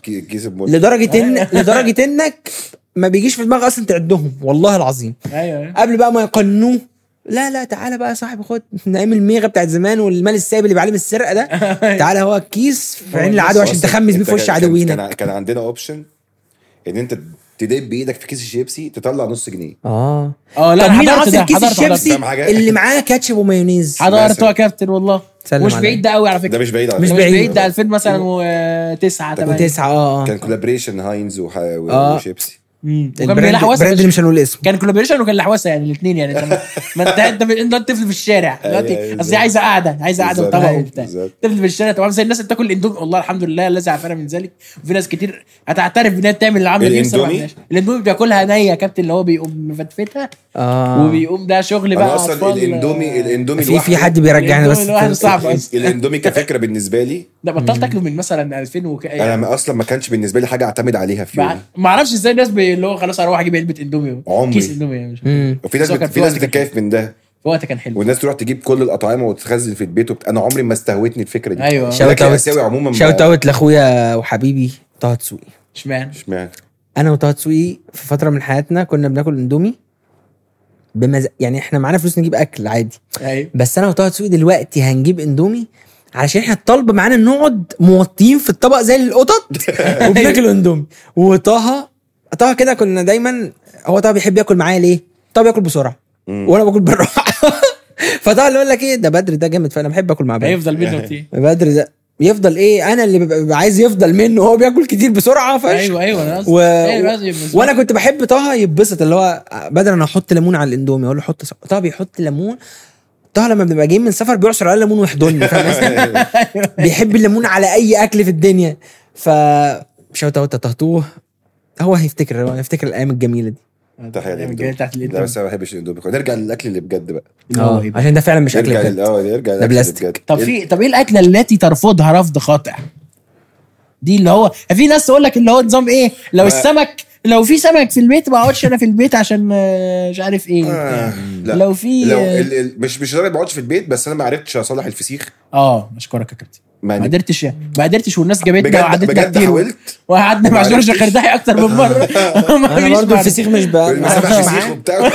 لدرجه انك ما بيجيش في دماغك اصلا تعدهم. والله العظيم. ايوه قبل بقى ما يقننوه لا تعالى بقى يا صاحبي خد نايم الميغه بتاعت زمان والمال السايب اللي بيعلم السرقه ده. تعالى هو الكيس في عين العدو عشان تخمس بيه في وش عدوينا. كان عندنا اوبشن ان انت تدب بايدك في كيس الشيبسي تطلع نص جنيه. لا مين عصر كيس الشيبسي اللي معاه كاتشب ومايونيز؟ حضرته يا كابتن والله. مش بعيد ده قوي على فكره. ده مش بعيد مش بعيد ده 2000 مثلا و9 كان كولابريشن هاينز وشيبسي. وكان بيلحوسه براند مش هنقول اسمه. كان كولابوريشن وكان لحوسه يعني الاثنين يعني. ما انت طفل في الشارع دلوقتي قصدي عايزه قاعده وطبق وبتاع. طفل في الشارع طبعا زي الناس اللي بتاكل الاندومي. والله الحمد لله الذي عافانا من ذلك. وفي ناس كتير هتعترف بانها بتعمل العمل دي. الاندومي بياكلها نيه يا كابتن اللي هو بيقوم مفتفتها وبيقوم ده شغل بقى اصلا الاندومي في حد بيرجعني بس صعب. الاندومي كفكره بالنسبه لي ده بطلت اكله من مثلا 2000 انا اصلا ما كانش بالنسبه لي حاجه اعتمد عليها في يومي. ما اعرفش ازاي الناس اللي هو خلاص اروح اجيب علبه اندومي كيس اندومي. وفي ناس بتتكيف من ده. وقتها كان حلو. والناس تروح تجيب كل الاطعمه وتخزن في البيت انا عمري ما استهوتني الفكره دي. ايوه شاوت اوت لاخويا وحبيبي طه دسوقي. اشمعنى انا وطه دسوقي في فتره من حياتنا كنا بناكل اندومي يعني احنا معانا فلوس نجيب اكل عادي. أيوة. بس انا وطه دسوقي دلوقتي هنجيب اندومي علشان احنا الطلب معانا نقعد موطيين في الطبق زي القطط وبناكل اندومي. وطه كده كنا دايما هو طه بيحب ياكل معايا ليه؟ طه بياكل بسرعه وانا باكل بالراحه. فطه اللي يقول لك ايه ده بدر ده جامد فانا بحب اكل مع بدر. هيفضل منه كتير. بدر ده يفضل ايه انا اللي ببقى عايز يفضل منه هو بياكل كتير بسرعه فش. ايوه وانا كنت بحب طه يتبسط اللي هو بدر انا احط ليمون على الاندومي اقول له حط. طه بيحط ليمون. طه لما بنبقى جايين من سفر بيعصر على ليمون ويحضني فاهم. بيحب الليمون على اي اكل في الدنيا. شوت اوت طهطوه هو هيفتكر الايام الجميله دي. تحيه للاندومي. لا بس ما بحبش الاندومي. نرجع للاكل اللي بجد بقى. عشان ده فعلا مش اكل بجد. نرجع ده بلاستيك. طب ايه الاكله التي ترفضها رفض قاطع؟ دي اللي هو في ناس تقول لك اللي هو نظام ايه، لو في سمك في البيت ما اقعدش انا في البيت عشان مش عارف ايه. لا. لو في مش ما اقعدش في البيت، بس انا ما عرفتش اصلح الفسيخ. اشكرك يا كابتن. ما قدرتش والناس جابتنا وقعدتنا كتير وقعدنا مع جورج خرداحي اكتر من مره. انا برضه الفسيخ مش بقى الفسيخ وبتاع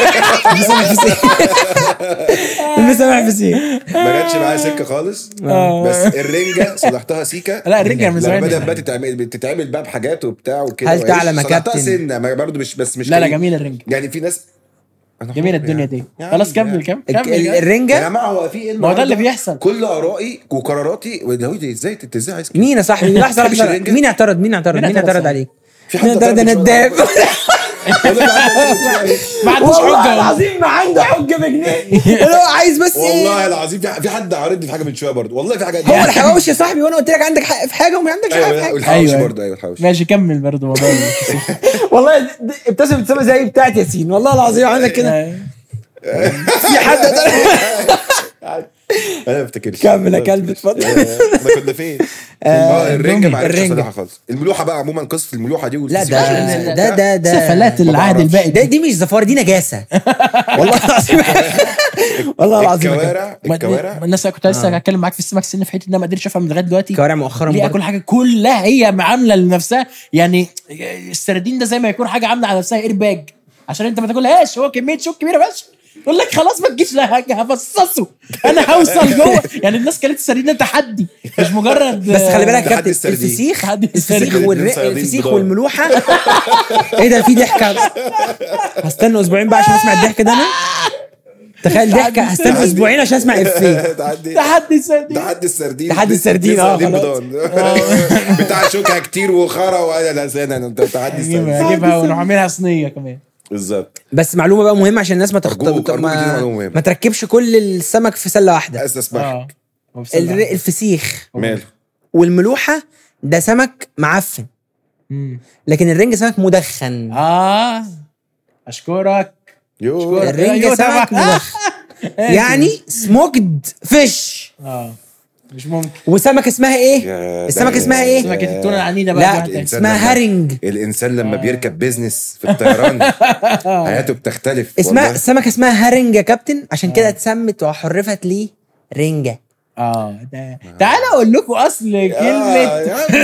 المسامح فسيخ ما جاتش معايا سكه خالص. بس الرنجه صلحتها سيكه. لا الرنجه من زمان بتتعمل بقى بحاجات وبتاع وكده. هل تعلم يا كابتن سنه برضه مش لا جميل الرنجه يعني. في ناس جميل الدنيا دي. خلاص كمل الرنجه يا جماعه. هو في ايه ما ده اللي بيحصل. كل ارائي وقراراتي ودي ازاي عايز مين يا صاحبي؟ لحظه مين اعترض عليك؟ في حد ده نداب ما عندوش حجه والله العظيم. ما عنده حجه بجنيه. هو عايز بس والله العظيم في حد عارضني في حاجه من شويه برضه. والله في حاجه هو الحواوشي يا صاحبي. وانا قلت لك عندك حق في حاجه وما عندكش حق في حاجه. الحواوشي برضه. الحواوشي ماشي كمل برضه موضوع والله ابتسم زي بتاعت ياسين. والله العظيم عندك كده في حد انا بفتكرش. كمل يا كلب اتفضل. ما كنا فين؟ الرنجه ما عرفتش اصلحها خالص. الملوحه بقى عموما قصه الملوحه دي لا ده سفلات العهد الباقي دي مش زفاره دي نجاسه. والله العظيم والله العظيم. الكوارع الناس كنت لسه هتكلم معاك في السمك السن في حته ان انا ما قدرتش افهم لغايه دلوقتي. الكوارع مؤخرا ليه اكل حاجه كلها هي عامله لنفسها يعني. السردين ده زي ما يكون حاجه عامله على نفسها ايرباج عشان انت ما تاكلهاش. هو كميه شوك كبيره بس يقول لك خلاص ما تجيش. لا هفصصه انا هوصل جوه. يعني الناس كانت السردين ده تحدي مش مجرد. بس خلي بالك يا كابتن الفسيخ والملوحه. ايه ده؟ في ضحكه. هستنى اسبوعين بقى عشان اسمع الضحك ده. انا تخيل ضحكه. هستنى اسبوعين عشان اسمع افيه. تحدي السردين بتاع شوكها كتير وخرا وانا لسانه. انت تحدي السردين اجيبها ونعملها صينيه كمان. بالظبط. بس معلومه بقى مهمه عشان الناس ما تركبش كل السمك في سله واحده. استسمحك. الفسيخ ماله والملوحه ده سمك معفن. لكن الرنجة سمك مدخن. اشكرك. الرنجة سمك مدخن. يعني سموكد فيش. مش ممكن. وسمك اسمها ايه؟ السمك اسمها ايه؟ سمكة التونة العنيدة بقى. لا اسمها هارنج. الانسان لما بيركب بيزنس في الطيران حياته بتختلف. اسمها السمكة اسمها هارنج يا كابتن. عشان كده اتسمت وحرفت ليه رنجة. تعالى اقول لكم اصل كلمه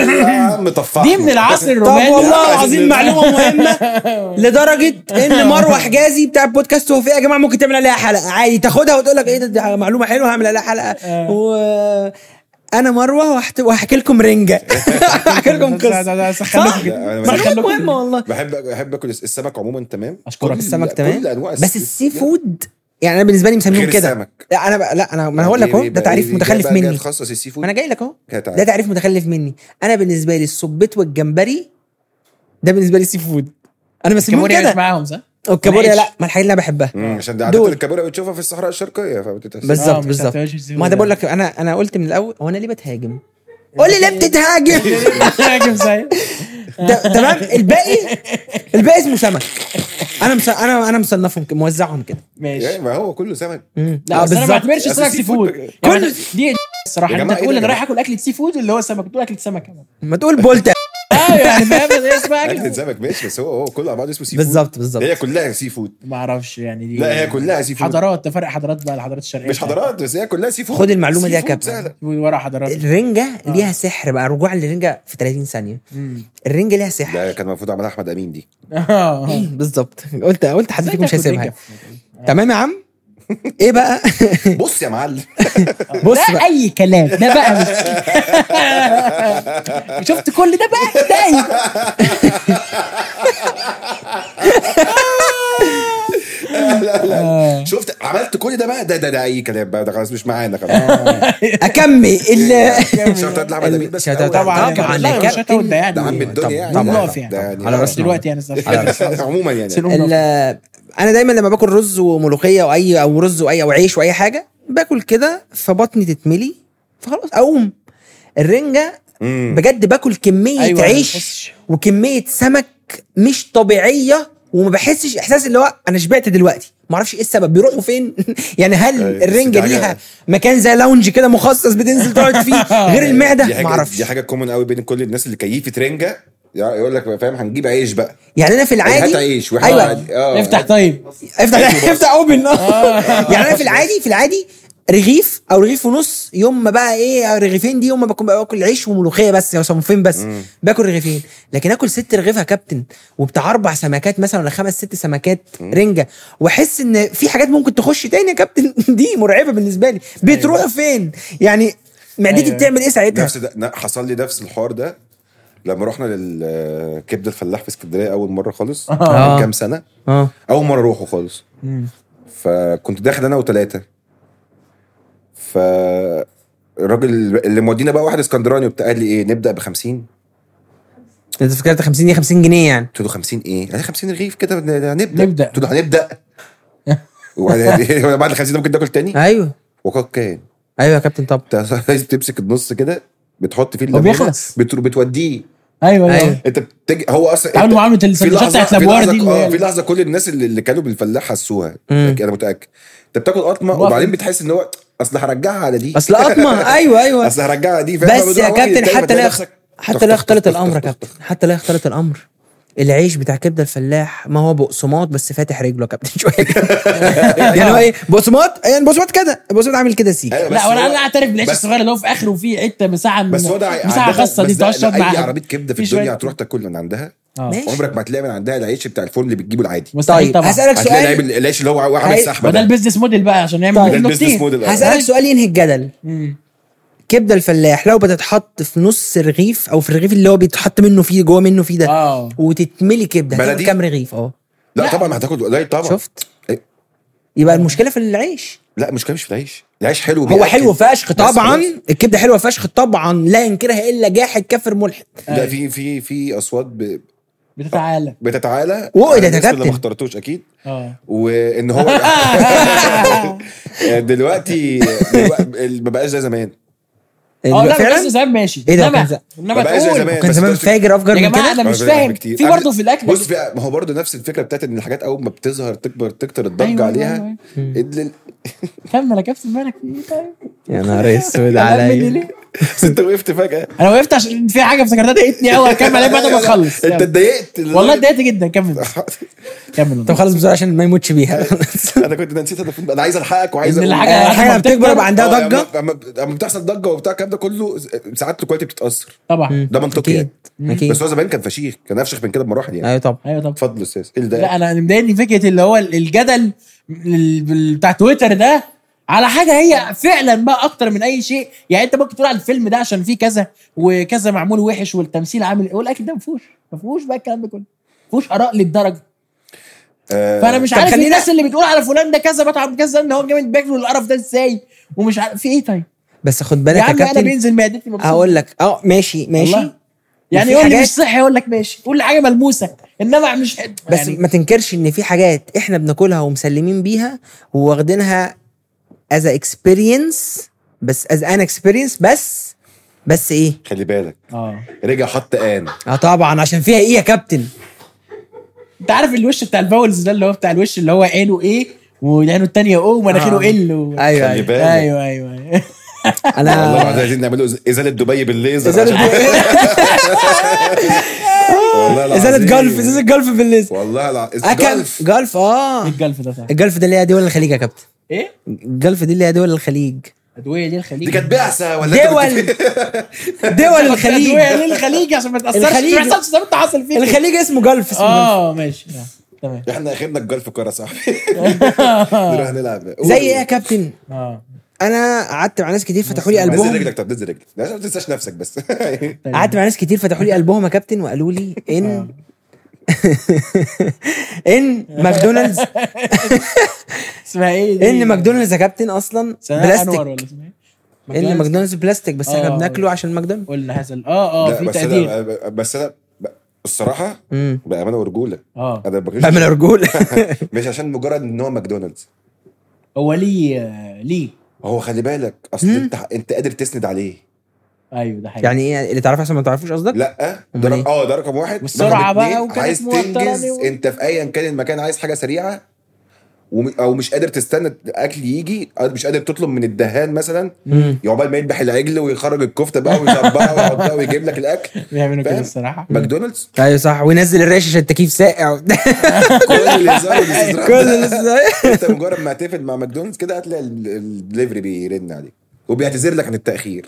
دي من العصر الروماني. طب والله العظيم معلومه مهمه لدرجه ان مروه حجازي بتاع بودكاست وفيه يا جماعه ممكن تعمل عليها حلقه عادي. تاخدها وتقول لك ايه ده معلومه حلوه هعمل عليها حلقه. انا مروه وهحكي لكم رنجه. هحكي لكم قصه معلومه مهمه والله. بحب اكل السمك عموما. تمام. اشكرك. السمك تمام بس السي فود يعني انا بالنسبه لي مسميهم كده. انا ما هقول لك اهو. ده تعريف متخلف مني. انا جاي لك اهو. ده تعريف متخلف مني. انا بالنسبه لي الصبيط والجمبري ده بالنسبه لي سي فود. انا مسميهم كده. معاهم صح. الكابوريا لا ما الحاجات اللي انا بحبها عشان ده عاده الكابوريا بتشوفها في الصحراء الشرقيه بالظبط. ما ده بقول لك انا قلت من الاول هو انا ليه بتهاجم؟ قول لي ليه بتتهاجم؟ بتهاجم زي تمام. الباقي اسمه سمك. انا مصنفهم موزعهم كده. ماشي. ما هو كله سمك. لا بس انا ما بعتبرش سمك سي فود. كل دي الصراحه انت تقول انا رايح اكل اكله سي فود اللي هو سمك تقول اكله سمك كمان. ما تقول بولت. يعني فاهم ايه اسمها اكله سمك ماشي. بس هو كله على بعضه اسمه سي فود. بالظبط. هي كلها سي فود. ما اعرفش يعني دي. لا هي كلها سي فود. حضارات. تفرق حضارات بقى. الحضارات الشرقيه مش حضارات بس هي كلها سي فود. خد المعلومه دي يا كابتن. ورا حضارات. الرنجه ليها سحر بقى. رجوعا للرنجه في 30 ثانيه. الرنجه ليها سحر. ده كان المفروض اعملها احمد امين دي. بالظبط. قلت حد فيكم مش هيسيبها. تمام يا عم. ايه بقى؟ بص يا معلم. بص ده بقى. اي كلام ده بقى. شفت كل ده بقى ده ايه؟ لا شفت عملت كل ده بقى. ده اي كلام بقى. ده خلاص مش معانا خلاص. اكمل شرطات لاحمد امين بس. طبعا ده عم الدنيا يعني. طبعا يعني على راس دلوقتي يعني عموما يعني. انا دايما لما باكل رز وملوخيه او رز او عيش واي حاجه باكل كده فبطني تتملي فخلاص اقوم. الرنجه بجد باكل كميه عيش وكميه سمك مش طبيعيه وما بحسش احساس اللي هو انا شبعت دلوقتي، ما اعرفش ايه السبب، بيروحوا فين؟ يعني هل الرنجه ليها مكان زي لاونج كده مخصص بتنزل تقعد فيه غير المعده؟ ما اعرفش. دي حاجه كومن قوي بين كل الناس اللي كيفت رنجه، يقول لك فاهم هنجيب عيش بقى. يعني انا في العادي هات عيش أيوة. افتح طيب افتح اوبن. يعني انا في العادي رغيف او رغيف ونص، يوم ما بقى ايه رغيفين دي، يوم ما بكون باكل عيش وملوخيه بس او صنفين بس باكل رغيفين. لكن اكل 6 رغيف يا كابتن وبتاع 4 سمكات مثلا ولا 5-6 سمكات رنجه، واحس ان في حاجات ممكن تخش تاني يا كابتن دي مرعبه بالنسبه لي. بتروحوا فين يعني؟ معدتي بتعمل ايه ساعتها؟ حصل لي نفس الحوار ده لما رحنا للكبده الفلاح في اسكندريه اول مره خالص من كام سنه. اول مره اروحه خالص. فكنت داخل انا و3، فالراجل اللي مودينا بقى واحد اسكندراني وبتاع قال لي ايه نبدا ب50. انت فكرت 50 دي 50 جنيه يعني؟ قلت له 50 ايه؟ قال لي 50 رغيف كده هنبدا. قلت له هنبدا بعد ال 50 ده ممكن تاكل تاني؟ ايوه. وقد كان. ايوه يا كابتن. طب لازم تمسك النص كده بتحط فيه الليمون بتوديه. ايوه انت هو اصلا تعالوا معامله السندوتشات بتاعت الابوار دي في لحظه كل الناس اللي كانوا بالفلاح حسوها. انا متاكد انت بتاكل قطمه وبعدين بتحس ان هو اصل هرجعها على دي، اصل قطمه. ايوه اصل هرجعها دي. بس يا كابتن حتى لا يختلط الامر يا كابتن، حتى لا يختلط الامر. العيش بتاع كبده الفلاح ما هو بقسماط بس فاتح رجله يا كابتن شويه. يعني هو ايه بقسماط؟ يعني بقسماط كده، البقسماط عامل كده سيك. لا انا اعترف بالعيش الصغير اللي هو في اخره وفيه حته مساحه مساحه خاصه دي تقعد معاها. اي عربيه كبده في الدنيا هتروح تاكل من عندها عمرك ما هتلاقي من عندها العيش بتاع الفرن اللي بتجيبه العادي. طيب هسألك سؤال. هتلاقي العيش اللي هو عامل سحبه ده البيزنس موديل بقى عشان يعمل منه كتير. هسألك سؤال ينهي الجدل. كبده الفلاح لو بتتحط في نص رغيف او في الرغيف اللي هو بيتحط منه فيه جوه منه فيه ده وتتملي كبده، هتاكل كام رغيف؟ لا طبعا هتاكل قليل طبعا. شفت؟ يبقى المشكله في العيش. لا المشكله مش في العيش. العيش حلو، هو حلو فشخ طبعا، الكبده حلوه فشخ طبعا لا ينكرها الا جاحد كافر ملحد. لا في اصوات بتتعالى وايه ده يا كابتن؟ ما اخترتوش اكيد. وان هو دلوقتي ما بقاش زي زمان. لا بس زمان ماشي. ايه ده؟ انما كان زمان فاجر افجر يا جماعه. انا مش فاهم في برضه في الاكل. بص ما هو برضه نفس الفكره بتاعت ان الحاجات اول ما بتظهر تكتر الضجه عليها. كمل يا كابتن مالك في ايه؟ طيب يا نهار اسود عليا. انت وقفت فجاه. انا وقفت عشان في حاجه افتكرتها ضايقتني قوي. اكمل عليها بعد ما اخلص. انت اتضايقت والله اتضايقت جدا. كمل طب خلاص بسرعه عشان ما يموتش بيها. انا كنت نسيت انا عايز الحقك وعايز الحاجه بتكبر بقى عندها ضجه. اما بتحصل ضجه وبتاع الكلام ده كله ساعات الكواليتي بتتاثر طبعا. ده منطقي اكيد. بس هو زمان كان فشيخ، كان افشخ من كده بمراحل يعني. ايوه طبعا. اتفضل استاذ. لا انا مضايقني فكره اللي هو الجدل بتاع تويتر ده على حاجه هي فعلا بقى اكتر من اي شيء. يعني انت ممكن تقول على الفيلم ده عشان فيه كذا وكذا معمول وحش والتمثيل عامل، والاكل ده ما فيهوش بقى الكلام ده كله، ما فيهوش اراء للدرجه. فانا مش عارف الناس اللي بتقول على فلان ده كذا مطعم كذا ان هو جامد بياكلوا القرف ده ازاي ومش عارف في ايه. طيب بس خد بالك يا كابتن، انا بينزل معدتي مبسوط. هقول لك ماشي يعني يقول لي مش صحي اقول لك ماشي، قول لي حاجه ملموسه انما مش بس يعني ما تنكرش ان في حاجات احنا بناكلها ومسلمين بيها وواخدينها as a experience، بس as an experience بس ايه خلي بالك رجع حط طبعا عشان فيها ايه يا كابتن. انت عارف الوش بتاع الفاولز ده اللي هو بتاع الوش اللي هو عينه ايه وعينه التانية ومناخيره ال ايوه انا والله عايزين نعمله ازاله دبي بالليزر. ازاله جلف بالليزر والله جلف الجلف ده صح. الجلف ده اللي هي دول الخليج يا كابتن. ايه الجلف دي اللي هي دول الخليج. ادويه دي الخليج دي كانت بعثه ولا دول الخليج. ادويه للخليج عشان ما تاثرش ما يحصلش زي ما انت حاصل فيه. الخليج اسمه جلف. ماشي تمام. احنا اخرنا الجلف كوره صاحبي. نروح نلعب زي ايه يا كابتن؟ انا قعدت مع ناس كتير فتحوا لي قلبهم. نزل رجلك. طب نزل رجلك ما تنساش نفسك بس. قعدت مع ناس كتير فتحوا لي قلبهم يا كابتن وقالوا لي ان ماكدونالدز اسمها ايه ان ماكدونالدز يا كابتن اصلا بلاستيك. ان ماكدونالدز بلاستيك بس احنا بناكله عشان ماكدونالدز. قلنا هذا في تقدير. بس انا الصراحه بامانه ورجوله انا بامانه ورجوله مش عشان مجرد ان هو ماكدونالدز. هو ليه هو خلي بالك اصل انت قادر تسند عليه. ايوه ده حقيقي. يعني ايه اللي تعرفه احسن ما تعرفوش قصدك؟ لا ده رقم واحد. والسرعه بقى عايز تنجز انت في ايا كان المكان، عايز حاجه سريعه او مش قادر تستنى الاكل يجي، مش قادر تطلب من الدهان مثلا يعقبال ما يذبح العجل ويخرج الكفته بقى ويشبعها ويحطها ويجيب لك الاكل. بيعملوا كده الصراحه. ماكدونالدز ايوه صح، وينزل الريش عشان التكييف ساقع. كل اللي انت مجرد ما تقفل مع ماكدونالدز كده هتلاقي الدليفري بيرن عليك وبيعتذر لك عن التاخير.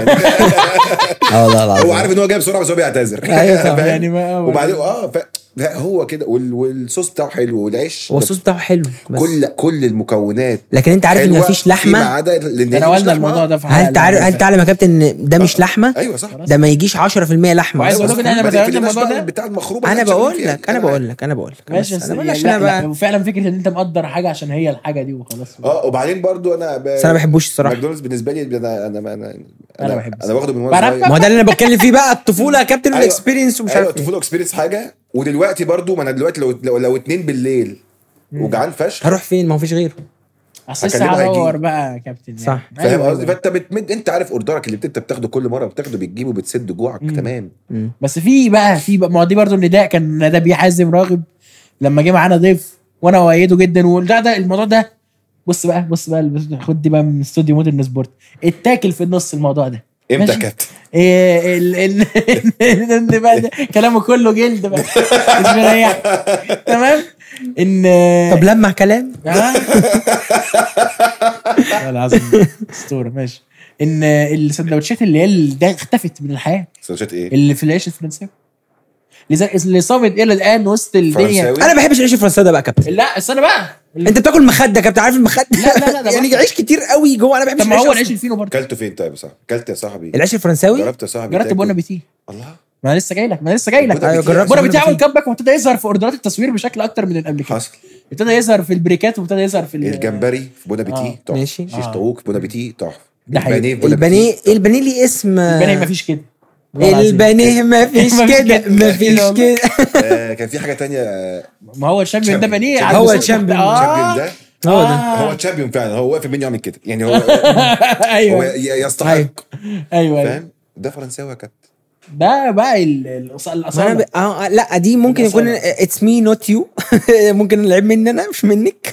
والله العظيم هو عارف ان هو جاي بسرعه بس هو بيعتذر. ايوه صح. يعني وبعدين هو كده والصوص بتاعه حلو والعيش والصوص بتاعه حلو كل المكونات. لكن انت عارف ان مفيش لحمه. ما عدا تناولنا الموضوع ده في هل تعلم يا كابتن ان ده مش لحمه؟ ايوه صح. ده ما يجيش 10% لحمه. عايز اقول لك ان احنا بتناولنا الموضوع ده بتاع المخروبه. انا بقول لك ماشي. وفعلا فكره ان انت مقدر حاجه عشان هي الحاجه دي وخلاص. وبعدين برضو انا ما بحبوش الصراحه. ماكدونالدز بالنسبه لي انا باخده من ما ده اللي انا بتكلم فيه بقى، الطفوله يا كابتن والاكسبيرينس ومش عارف الطفوله اكسبيرينس حاجه. ودلوقتي برضو ما انا دلوقتي لو 2 بالليل وجعان فشخ هروح فين؟ ما هو فيش غيره. اساسا هدور بقى يا كابتن. صح. فاهم قصدي؟ فانت انت عارف اوردرك اللي انت بتاخده كل مره بتاخده بتجيبه بتسد جوعك. تمام. بس في بقى ما دي برضو النداء كان ده بيحازم راغب لما جه معانا ضيف وانا وايده جدا. وده الموضوع ده بص بقى خد دي بقى من استوديو مودرن سبورت اتاكل في النص الموضوع ده. امتى كابتن؟ بقى كلامه كله جلد بقى مش مريح. تمام. طب لمع كلام العظيم اسطوره. ماشي. ان السندوتشات اللي هي ده اختفت من الحياه. سندوتشات ايه اللي في العيش الفرنساوي اللي صامت الى الان وسط الدنيا. انا ما بحبش العيش الفرنساوي ده بقى كابتن. لا استنى بقى انت بتاكل مخده كابتن، عارف المخده؟ لا يعني عيش كتير قوي جوه. انا بحبش. طب ما هو العيش الفينو برضه. كلته فين طيب صح؟ كلت يا صاحبي العيش الفرنساوي؟ جربت يا صاحبي؟ جربت بونا بيتي. الله ما لسه جاي لك ايوه جربت بونا بيتي. عمل كامباك وابتدى يظهر في اوردرات التصوير بشكل اكتر من قبل كده. حصل. ابتدى يظهر في البريكات وابتدى يظهر في الجمبري في بونا بيتي تحفه. ماشي. شيش طاووق بونا بيتي تحفه. البانيه ليه اسم. البانيه مفيش كده. البانيه مفيش كده. كان في حاجه تانية. ما هو الشامبيون ده بانيه. هو الشامبيون ده هو الشامبيون فعلا. هو واقف منه يعمل كده يعني. هو هو يستحق. ايوه فاهم. ده فرنساوي يا كابتن. ده بقى الاصاله. لا دي ممكن يكون اتس مي نوت يو. ممكن العيب مني انا مش منك.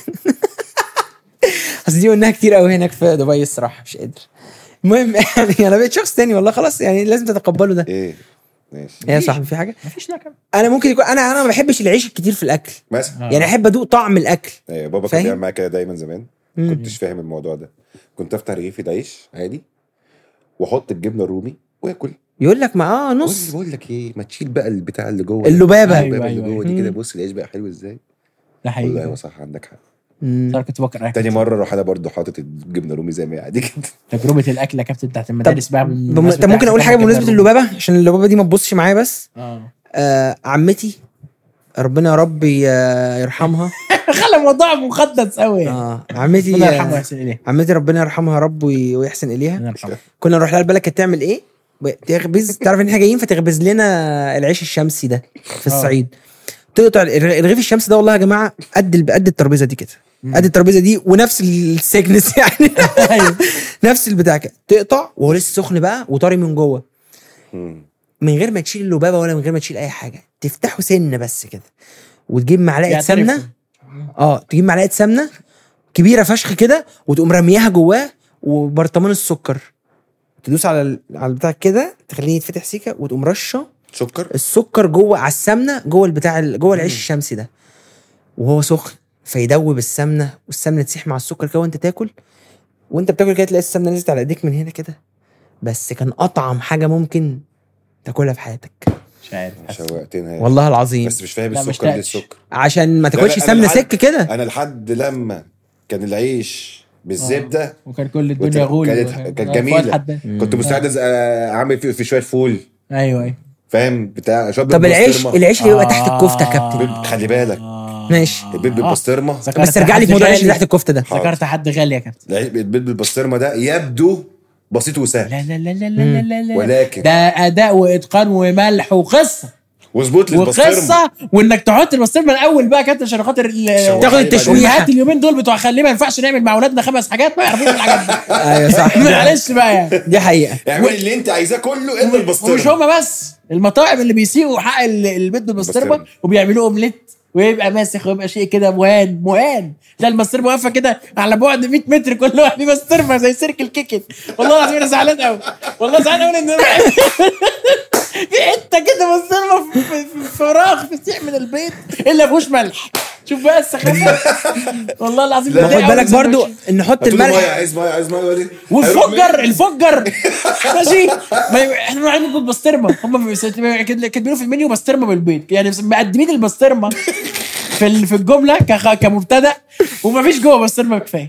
اصل دي قلناها كتير قوي هناك في دبي الصراحه مش قادر. المهم يعني انا بقيت شخص تاني والله خلاص يعني لازم تتقبله ده. ايه ماشي. يا صاحبي في حاجه مفيش. لا كمان انا ممكن يكون انا ما بحبش العيش الكتير في الاكل مثلا. يعني احب ادوق طعم الاكل. ايوه بابا كان بيعمل معايا كده دايما زمان. كنتش فاهم الموضوع ده. كنت افتح رغيف عيش عادي واحط الجبنه الرومي واكل. يقول لك ما نص. بقول لك ايه، ما تشيل بقى البتاع اللي جوه اللبابه اللي جوه دي كده. بص العيش بقى حلو ازاي. ده حقيقي. والله صح عندك حق. انا كنت بكره تاني مره اروح انا برضو حاطط الجبنه رومي زي ما عادي كده. تجربه الاكل يا كابتن بتاعت المدارس بقى. طب ممكن اقول حاجه بمناسبه اللبابه عشان اللبابه دي ما تبصش معايا بس. عمتي ربنا يا رب يرحمها. خلى الموضوع مقدس قوي. عمتي ربنا يرحمها ويحسن اليها. عمتي ربنا يرحمها يا رب ويحسن اليها. كنا نروح لها البلد كانت تعمل ايه؟ تخبز. تعرف ان احنا جايين فتخبز لنا العيش الشمسي ده في الصعيد. تقطع الرغيف الشمس ده والله يا جماعه قد الترابيزه دي كده. قد الترابيزه دي ونفس السيكنس يعني. نفس البتاع كده. تقطع وهو لسه سخن بقى وطري من جوه من غير ما تشيل اللبابه ولا من غير ما تشيل اي حاجه. تفتحه سنه بس كده وتجيب معلقه سمنه. تجيب معلقه سمنه كبيره فشخ كده وتقوم رميها جواه وبرطمان السكر. تدوس على البتاع كده تخليه يتفتح سيكه وتقوم رشه السكر جوه على السمنه جوه البتاع جوه العيش الشمسي ده وهو سخن فيدوب السمنه والسمنه تسيح مع السكر كده وانت تاكل. وانت بتاكل كده تلاقي السمنه نزلت على ايديك من هنا كده. بس كان اطعم حاجه ممكن تاكلها في حياتك. مش عارف شوقتنا والله العظيم. بس مش فاهم السكر ليه السكر عشان ما تاكلش سمنه سك كده. انا لحد لما كان العيش بالزبده وكان كل الدنيا غول كانت جميله. كنت مستعد اعمل في شويه فول. ايوه فاهم بتاع شويه. طب العيش اللي يبقى تحت الكفته يا كابتن. خلي بالك ماشي. البيض بالبسطرمه. بس ارجع لي في موضوع العيش اللي تحت الكفته ده. ذكرت حد غالي يا كابتن. البيض بالبسطرمه ده يبدو بسيط وسهل. لا لا لا لا لا لا لا. ولكن ده اداء واتقان وملح وقصه واظبط لي البسطرمه وانك تحط البسطرمه الاول بقى كابتن عشان خاطر تاخد التشويحات اليومين دول بتوع خليه ما ينفعش نعمل مع اولادنا 5 حاجات ما يعرفوش الحاجات دي. ايوه صح معلش بقى يعني دي حقيقه. اعمل اللي انت عايزاه كله الا البسطرمه. ومش هما بس المطاعم اللي بيسيقوا حق البيض بالبسطرمه وبيعملوا اومليت ويبقى ماسخ ويبقى شيء كده مهان ده البسطرمه واقفه كده على بعد 100 متر كل واحد فيه بسطرمه زي سيرك الكيكن. والله العظيم انا زعلان قوي والله زعلان قوي ان في حته كده بسطرمه في فراغ فسيح من البيض الا فيهوش ملح. شوف بقى السخافه والله العظيم. خد بالك برضو ان نحط الملح عايز ميه والفجر ماشي. احنا رايحين ناكل بسطرمه هم كاتبينه في المنيو بسطرمه بالبيض يعني مقدمين البسطرمه في الجمله كمبتدا ومفيش جوه بسطرمه كفايه.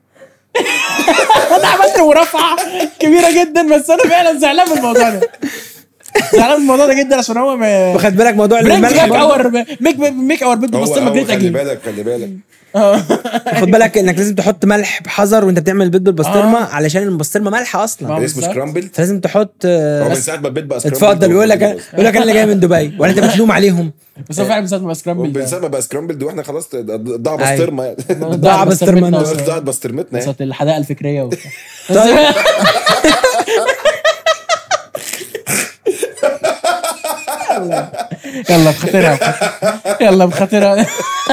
انا عملت مرافعه كبيره جدا بس انا فعلا زعلان من الموضوع ده. زعلان من الموضوع ده جدا عشان هو واخد بالك موضوع الملح ميك اور بيض بالبسطرمه جريت اجيب. خلي بالك خد بالك انك لازم تحط ملح بحذر وانت بتعمل البيض بالبسطرمه علشان البسطرمه ملحه اصلا اسمه سكرامبل فلازم تحط من ساعه ما البيض بقى سكرامبل. اتفضل يقول لك انا اللي جاي من دبي ولا انت بتلوم عليهم بس هو فعلا من ساعه ما سكرامبل من ساعه ما بقى سكرامبل واحنا خلاص ضاع بسطرمه ضاع بسطرمتنا وصلت الحدائق الفكريه يلا بخاطرها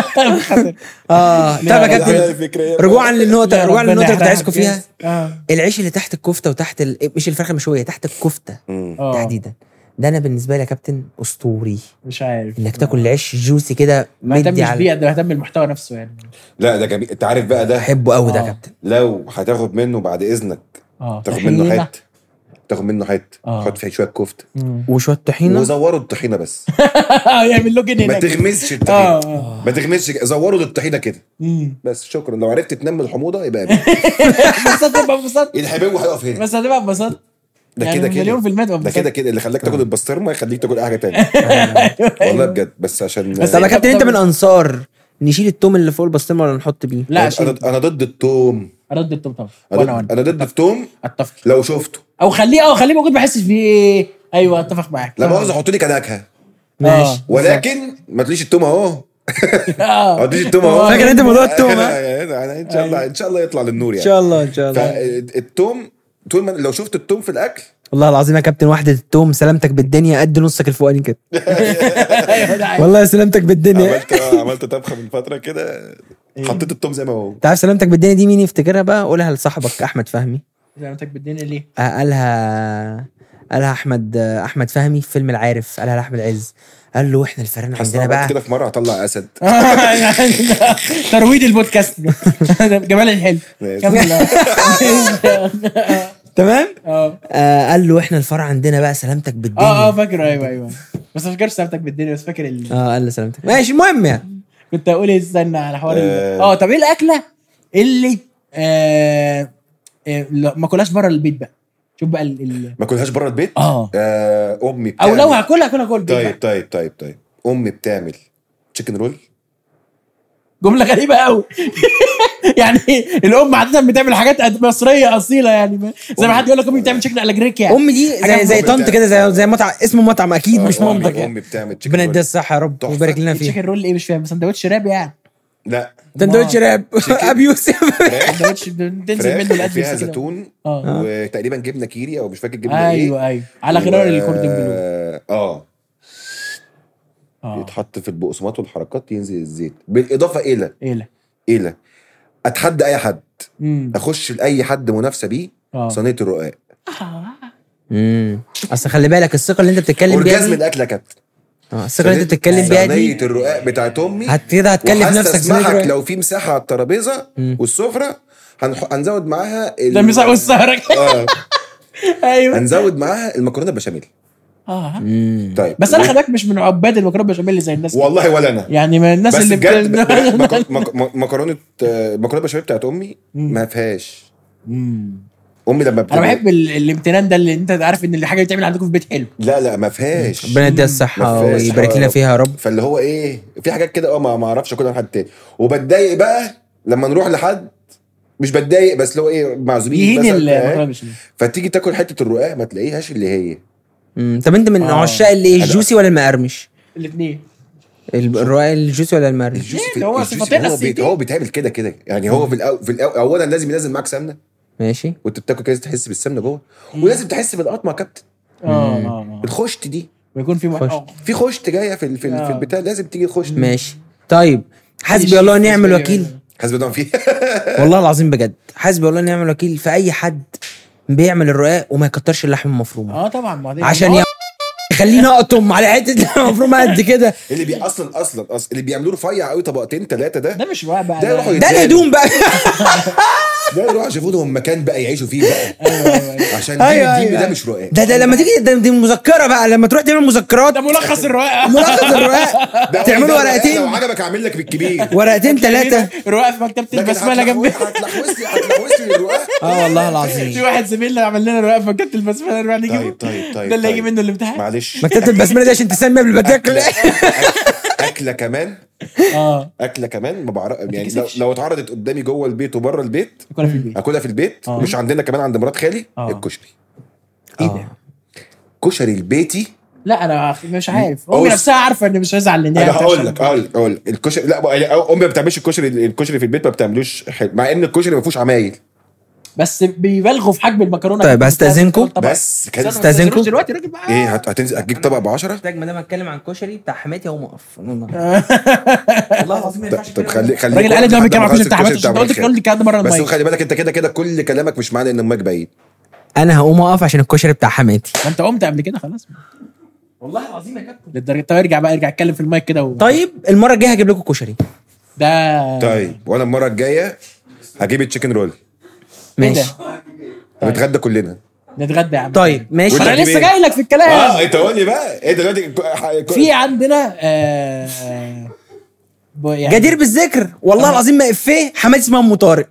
طب يا كابتن رجوعا للنقطه اللي كنت عايزكم فيها العيش اللي تحت الكفته وتحت مش الفرخه المشويه تحت الكفته تحديدا ده انا بالنسبه لي يا كابتن اسطوري. مش عارف انك تاكل العيش جوسي كده مدي على ده بهتم بالمحتوى نفسه يعني. لا ده جميل. انت عارف بقى ده بحبه قوي ده يا كابتن. لو هتاخد منه بعد اذنك تاخد منه حته حط فيه شويه كفته وشويه طحينه وزوروا الطحينه بس يعمل له كده ما تغمسش الطحينه ما تغمسش زوروا الطحينه كده بس شكرا. لو عرفت تنام الحموضه يبقى بسط الحبيب هيقف هنا بس هتبقى ببساطه ده كده يعني مليون في المية ده كده اللي خلاك تاكل البسطرمه يخليك تاكل اي حاجه تانية والله بجد. بس عشان طب يا كابتن انت من انصار نشيل التوم اللي فوق البسطرمه ولا نحط بيه؟ لا انا ضد التوم. انا ضد التوم طبعا. انا ضد التوم اتفق لو شفته او خليه موجود ما احسش فيه. ايوه اتفق معاك. لا مؤاخذه حط لي كنكهه ماشي ولكن ما تليش التوم اهو ما تليش التوم اهو. فاكر انت موضوع التوم ان شاء الله يطلع للنور يعني ان شاء الله. فالتوم طول ما لو شفت التوم في الاكل والله العظيم يا كابتن واحدة التوم سلامتك بالدنيا قد نصك الفوقاني كده. والله سلامتك بالدنيا. عملت طبخه من فتره كده حطيت التوم زي ما هو. انت عارف سلامتك بالدنيا دي مين يفتكرها بقى؟ قولها لصاحبك احمد فهمي. سلامتك بالدنيا ليه؟ قالها احمد فهمي في فيلم العارف. قالها لاحمد عز قال له احنا الفرن عندنا بقى كده في مره هطلع اسد ترويج البودكاست جمال الحلو كمل. تمام. قال له احنا الفرع عندنا بقى سلامتك بالدنيا. فاكر ايوه بس ما فاكرش سلامتك بالدنيا بس فاكر قال له سلامتك ماشي. المهم يعني كنت اقول استنى على حوار طب ايه الاكله اللي ما كلهاش بره البيت بقى؟ شوف بقى ما كلهاش بره البيت. امي بتعمل او لو هاكلها كل البيت. طيب امي بتعمل تشيكن رول. جمله غريبه قوي يعني الام عاده بتعمل حاجات مصريه اصيله يعني زي ما حد يقول لك امي بتعمل تشيكن على جريك يعني. امي دي زي طنط كده زي مطعم اسمه مطعم اكيد مش مامتك. امي بتعمل تشيكن رول. ربنا يديها الصحه يا رب ويبارك لنا فيها. تشيكن رول ايه مش فاهم؟ سندوتش راب يعني؟ لا سندوتش راب ابي يوسف. سندوتش تنزل منه القد فيها زيتون وتقريبا جبنه كيري او مش فاكر جبنه ايه. على غرار الكوردون بلو. يتحط في البقسماط والحركات ينزل الزيت بالاضافه الى اتحدى اي حد اخش لاي حد منافسه بيه صينيه الرقاق. اصل خلي بالك الثقه اللي انت بتتكلم بيها اورجازم الاكل يا كابتن. الثقه اللي انت بتتكلم بيها دي صينيه الرقاق بتاعت امي كده هتكلف نفسك صينيه. لو في مساحه على الترابيزه والسفره هنزود معاها ده مساحه والسهره. ايوه هنزود معاها المكرونه البشاميل. طيب بس انا خليك مش من عباد المكرونه بشاميل زي الناس والله ولا انا يعني من الناس اللي مكرونه البشاميل بتاعت امي ما فيهاش. امي لما انا بحب الامتنان ده اللي انت عارف ان الحاجه اللي بتعمل عندكم في البيت حلو. لا ما فيهاش. ربنا يديها الصحه ويبارك لنا فيها يا رب. فاللي هو ايه في حاجات كده ما اعرفش اكلها من حد تاني. وبتضايق بقى لما نروح لحد مش بتضايق بس لو ايه معزومين مثلا فتيجي تاكل حته الرقاق ما تلاقيهاش اللي هي. طب انت من عشاق اللي الجوسي ولا المقرمش؟ الاثنين. الرقاق الجوسي ولا المري؟ هو صفتين هو بيتعمل كده يعني. هو في الاول اولا لازم ينزل معاك سمنه ماشي، وانت بتاكل كده تحس بالسمنه جوه، ولازم تحس بالقطمه يا كابتن. الخشت دي ويكون في خشت جايه في البتاع، لازم تيجي الخشت. ماشي طيب. حسبي الله ونعم الوكيل. حسبي الله فيه والله العظيم بجد، حسبي الله ونعم الوكيل في اي حد بيعمل الرقاق وما يكترش اللحم المفرومه. طبعا عشان خلينا اقطم على حته اللحمه المفرومه قد كده. اللي اصلا اللي بيعملوه رفيع قوي طبقتين 3 ده مش رقاق بقى، ده الهدوم بقى. ده يروح يشوفوا لهم مكان بقى يعيشوا فيه بقى. عشان دي ده مش رقاق. ده لما تيجي دي مذكره بقى، لما تروح تعمل مذكرات ده ملخص الرقاق. تعملوا ورقتين، لو عجبك اعمل لك بالكبير ورقتين 3 رقاق في مكتبه البسمله جنبي. هتلحوس لي الرقاق. والله العظيم في واحد زميلنا عمل لنا رقاق في مكتبه البسمله، نروح نجيبه. طيب ده اللي هيجي منه الامتحان. معلش، مكتبه البسمله دي عشان تسمي قبل ما تاكل. اكله كمان اكله كمان ما بعرف يعني. لو اتعرضت قدامي جوه البيت وبره البيت اكلها في البيت. مش عندنا كمان عند مرات خالي الكشري. ايه ده كشري البيتي؟ لا انا مش عارف، امي نفسها عارفه ان مش هزعل لان انا هقول لك الكشري. لا امي ما بتعملش الكشري في البيت، ما بتعملوش حلو، مع ان الكشري ما فيهوش عمايل، بس بيبالغوا في حجم المكرونه. طيب استاذنكم دلوقتي راجل بقى ايه هتنزل هتجيب طبق ب10. محتاج ما دام اتكلم عن كشري بتاع حماتي او مقف. والله العظيم ما ينفعش. طب خلي الراجل قال لي ما بيتكلم عن كشري بتاع حماتي، قلت الكلام مره. بس خلي بالك انت كده كل كلامك مش معنى ان امك بعيد. انا هقوم اقف عشان الكشري بتاع حماتي. انت قمت قبل كده خلاص والله العظيم يا كابتن للدرجه. طب ارجع اتكلم في المايك كده طيب المره الجايه هجيب لكم كشري ده. طيب وانا المره الجايه هجيب التشيكن رول. ماشي نتغدى كلنا. نتغدى يا عم. طيب ماشي، انا لسه جاي لك في الكلام. انت قول لي بقى ايه دلوقتي. في عندنا يعني جدير بالذكر والله العظيم ما افيه حماتي اسمها ام طارق.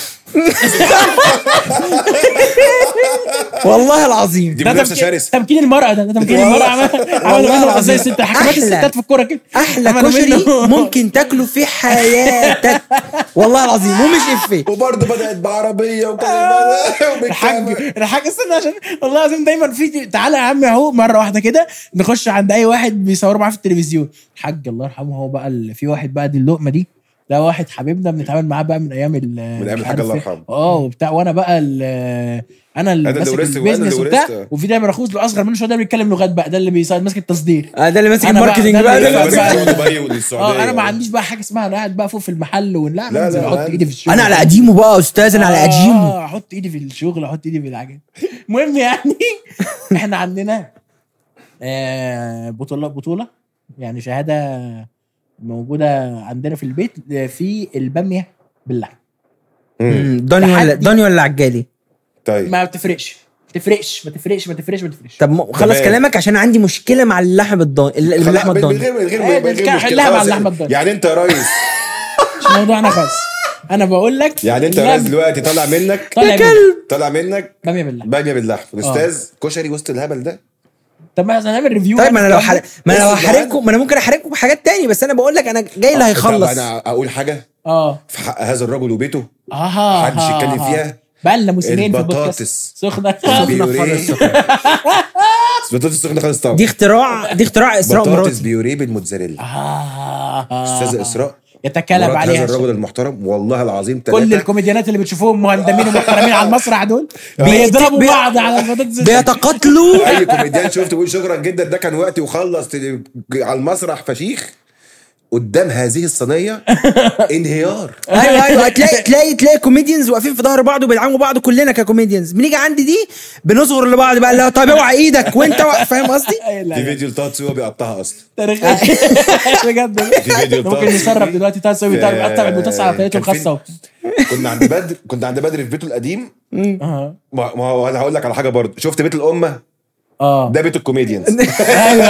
والله العظيم دي منافسه شرسه. تمكين المرأة ده تمكين المرأة. عملوا زي الست حكمات الستات في الكوره كده. احلى كشري ممكن تاكله في حياتك والله العظيم، ومش افيه. وبرضه بدات بعربيه الحاج استنى عشان والله العظيم دايما في تعالى يا عم اهو مره واحده كده نخش عند اي واحد بيصوروا معاه في التلفزيون. الحاج الله يرحمه هو بقى في واحد بقى دي اللقمه دي، ده واحد حبيبنا بنتعامل معاه بقى من ايام الحاج الله يرحمه. وبتاع. وانا بقى انا اللي ماسك البيزنس وبتاع، وفي دايما اخوه اللي اصغر منه شويه ده بيتكلم لغات بقى، ده اللي بيساعد ماسك التصدير. ده اللي ماسك الماركتنج بقى. انا ما عنديش بقى حاجه اسمها انا قاعد بقى فوق في المحل لا احط ايدي في الشغل. انا على قديمه بقى استاذ، انا على قديمه احط ايدي في الشغل، احط ايدي في الحاجات. المهم يعني احنا عندنا بطوله يعني شهاده موجوده عندنا في البيت في الباميه باللحم. داني ولا عجالي؟ طيب ما بتفرقش. ما تفرقش. طب خلص كلامك عشان عندي مشكله مع اللحم الضاني. اللحمه الضاني غير حلها مع اللحمه الضاني. يعني انت يا ريس مش موضوعنا خالص. انا بقول لك يعني انت يا ريس دلوقتي طالع منك باميه باللحم الاستاذ كشري وسط الهبل ده. طب ما هنعمل ريفيو. طيب ما انا لو احاربكم، ما انا ممكن احاربكم بحاجات تاني، بس انا بقول لك انا جاي اللي هيخلص. انا اقول حاجه في حق هذا الرجل وبيته محدش يتكلم فيها. بقى لنا موسمين في البودكاست سخنه بطاطس سخنه خالص طبعا. دي اختراع اسراء مراتي. بطاطس بيوريه بالموتزاريلا. استاذ اسراء يتكلم عليها هذا الرجل المحترم والله العظيم. كل الكوميديانات اللي بتشوفوهم مهندمين ومحترمين على المسرح دول بيضربوا بعض على البطاطس، بيتقاتلوا. اي كوميديان شفت بيقول شكرا جدا ده كان وقتي وخلص على المسرح فشيخ قدام هذه الصينيه انهيار. ايوه تلاقي كوميديانز واقفين في ظهر بعض وبيدعموا بعض. كلنا ككوميديانز بنيجي عندي دي بنصغر لبعض بقى. لا طب اوعى ايدك وانت فاهم قصدي. في فيديو لطاط هو بيقطعها اصلا بجد. ممكن نسرب دلوقتي تاسو بيقطع البوتاس على طريقته الخاصه. كنت عند بدر في بيته القديم. ما هو انا هقول لك على حاجه برضه. شفت بيت الامه ده بيت الكوميديانز. ايوه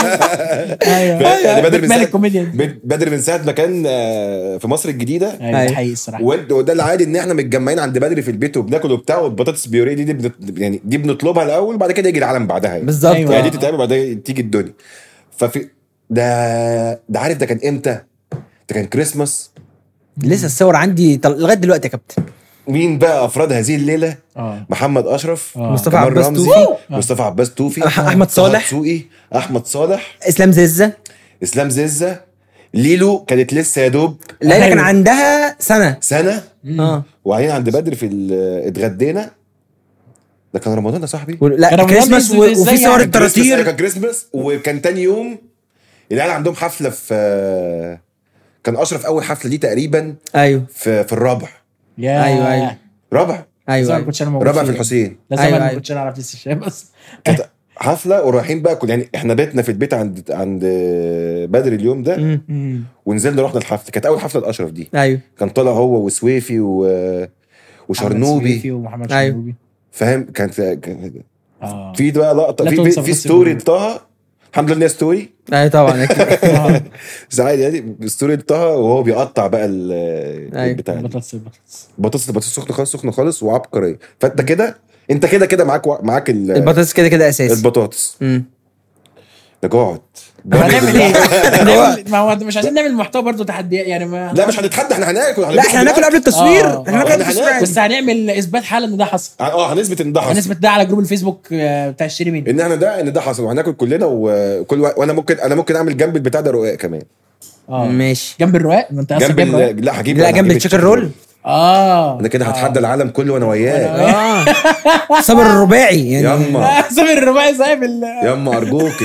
يعني بدر من ساعه ما كان في مصر الجديده. ايوه حقيقي الصراحه. وده العادي ان احنا متجمعين عند بدر في البيت وبناكل وبتاع. والبطاطس بيوريه دي بنطلبها الاول وبعد كده يجي العالم بعدها بالظبط. يعني دي تتعمل بعدين تيجي الدنيا. ففي ده عارف ده كان امتى؟ ده كان كريسماس. لسه الصور عندي لغايه دلوقتي يا كابتن. مين بقى افراد هذه الليله؟ محمد اشرف، مصطفى عباس توفي، مصطفى عباس توفي، احمد صالح، سوقي، احمد صالح، اسلام زيزة، اسلام زيزة، ليلو كانت لسه يا دوب، ليلى كان عندها سنه وبعدين عند بدر في اتغدينا. ده كان رمضان يا صاحبي. لا كريسماس وفي صور الطراطير. كان كريسماس وكان تاني يوم العيال عندهم حفله في كان اشرف اول حفله دي تقريبا. ايوه في الرابع. ايوه رابع. ايوه رابع في الحسين. لازم ما كنتش اعرف الشام بس. كانت حفله ورايحين بقى يعني احنا بيتنا في البيت عند بدر اليوم ده. ونزلنا رحنا الحفله. كانت اول حفله الاشرف دي. ايوه كان طالع هو وسويفي وشرنوبي ومحمد شرنوبي. فاهم. كانت في بقى لقطه في ستوري طه. الحمد لله ستوري. ايوه طبعا ساعات يعني ستوري طه وهو بيقطع بقى البتاع بطاطس سخنه خالص وعبقريه. فانت كده انت كده معاك البطاطس كده اساسي. البطاطس نقعد هنعمل ايه؟ ما هو مش عايزين نعمل محتوى برضو تحديات يعني. ما لا مش هنتحدى، احنا هناكل. لا احنا هناكل قبل التصوير. احنا هناكل قبل التصوير بس هنعمل اثبات حاله ان ده حصل. هنثبت ان ده حصل. هنثبت ده على جروب الفيسبوك بتاع الشيري مين ان احنا ان ده حصل وهناكل كلنا وانا ممكن اعمل جنب البتاع ده رقاق كمان. ماشي جنب الرقاق. ما انت جنب لا هجيب جنب التشيكن رول. انا كده هتحدى العالم كله وانا وياه. صابر الرباعي يعني. يما صابر الرباعي صاحب يما ارجوكي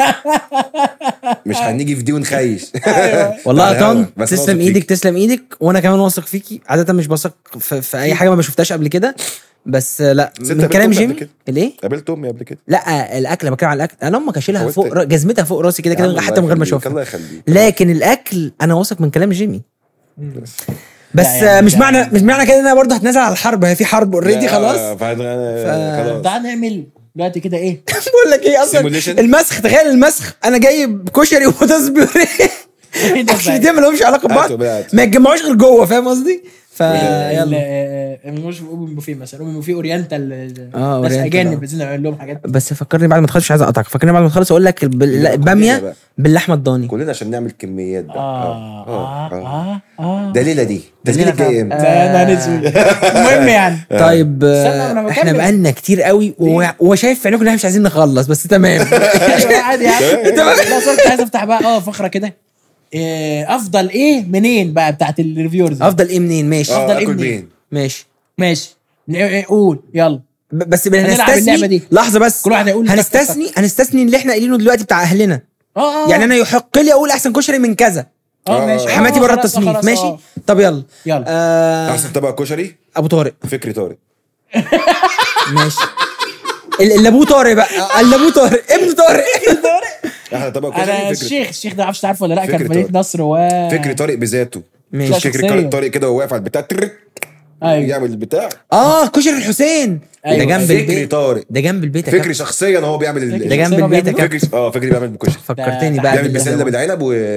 مش هنيجي في دي ونخيش. والله يا طن تسلم ايدك وانا كمان واثق فيكي. عاده مش بثق في اي حاجه ما شفتهاش قبل كده بس لا من كلام جيمي. ليه قابلت امي قبل كده؟ لا الاكل بتكلم على الاكل. انا امك اشيلها فوق جزمتها فوق راسي كده حتى من غير ما اشوفها. الله يخليك. لكن الاكل انا واثق من كلام جيمي. بس يعني مش معنى كده ان انا برضه هتنازل على الحرب. هي في حرب اوريدي خلاص. خلاص تعال نعمل دلوقتي كده ايه. بقول لك ايه اصلا المسخ. تخيل المسخ انا جايب كشري وبطاطس بيوريه. دي ما لهمش علاقه ببعض. ما يتجمعوش غير جوه. فاهم قصدي؟ يلا مش اوبن بوفيه مثلا. اوبن بوفيه اورينتال. ناس اجانب عايزين نعمل لهم حاجات. بس فكرني بعد ما تخلص. مش عايز اقطعك. فكرني بعد ما تخلص اقول لك الباميه باللحمه الضاني كلنا عشان نعمل كميات بقى. ده ليله دي تسجيل الجاي امتى؟ المهم يعني. طيب احنا بقالنا كتير قوي وشايف في عينكم ان احنا مش عايزين نخلص بس تمام. عادي يعني. لا صرت عايز افتح بقى فقره كده. افضل ايه منين بقى بتاعت الريفيورز. افضل ايه منين. ماشي افضل ايه منين. ماشي قول يلا. بس هنستثني لحظه بس. كل واحد يقول. هنستثني اللي احنا قايلينه دلوقتي بتاع اهلنا. يعني انا يحق لي اقول احسن كشري من كذا. ماشي. حماتي بره التصنيف. ماشي طب يلا احسن طبق كشري ابو طارق. فكري طارق. ماشي. اللي ابو طارق بقى. اللي ابو طارق ابن طارق. احنا طبق كشري. انا الشيخ ده عارف ولا لا. كان في مدينه نصر فكري طارق بذاته. مش فكري طارق كده وهو واقف على البتاع يعمل البتاع. كشري الحسين. ده جنب البيت. فكري طارق ده جنب البيت. فكري شخصيا هو بيعمل ده جنب البيت. فكري بيعمل بكشري. فكرتني بقى بيعمل بسله بالعنب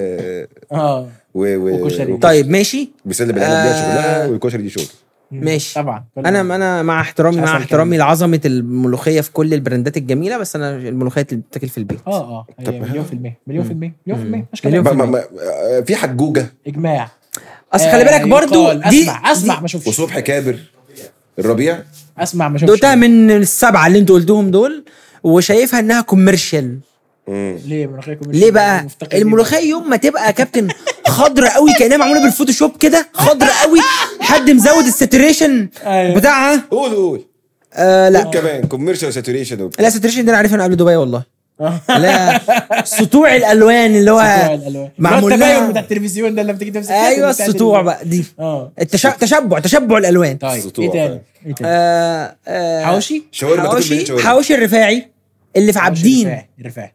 وكشري. طيب ماشي. بسله بالعنب دي شغلها والكشري دي شغل. ماشي طبعا. انا مع احترامي لعظمه الملوخيه في كل البراندات الجميله بس انا الملوخيه اللي بتاكل في البيت. مليون في المية. في حجوجه اجماع. اصل خلي بالك برضو اسمع ما شوفش. وصبح كابر الربيع. اسمع ما شوفش. دوتها من السبعه اللي انتوا قلتوهم دول وشايفها انها كوميرشال. ليه ملوخيه كوميرشال؟ ليه بقى الملوخيه يوم ما تبقى كابتن خضرة قوي كانها معموله بالفوتوشوب كده. خضرة قوي حد مزود الساتوريشن بتاعها. قول لا كمان كوميرشال ساتوريشن. لا ساتوريشن ده انا عارفها من قبل دبي والله. لا سطوع الالوان اللي هو معمول التباين بتاع التلفزيون ده اللي بتيجي تمسك. ايوه السطوع بقى دي. تشبع الالوان. طيب ايه تاني؟ حواوشي الرفاعي اللي في عابدين. الرفاعي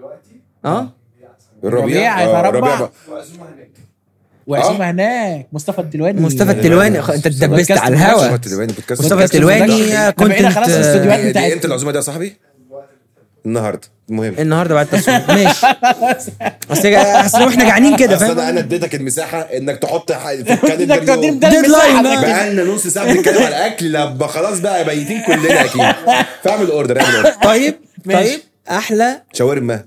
الربيع هيتربع وعزومه هناك. مصطفى التلواني انت اتدبست على الهوا. مصطفى التلواني كنت خلاص الاستوديوهات بتاعتنا. انت العزومه دي يا صاحبي النهارده بعد التصوير. ماشي. اصل احنا جعانين كده فاهم. انا اديتك المساحه انك تحط في الكالندر ديدلاين. بقالنا نص ساعه بنتكلم على الاكل. لما خلاص بقى بايتين كلنا اكيد. فاعمل اوردر. طيب احلى شاورما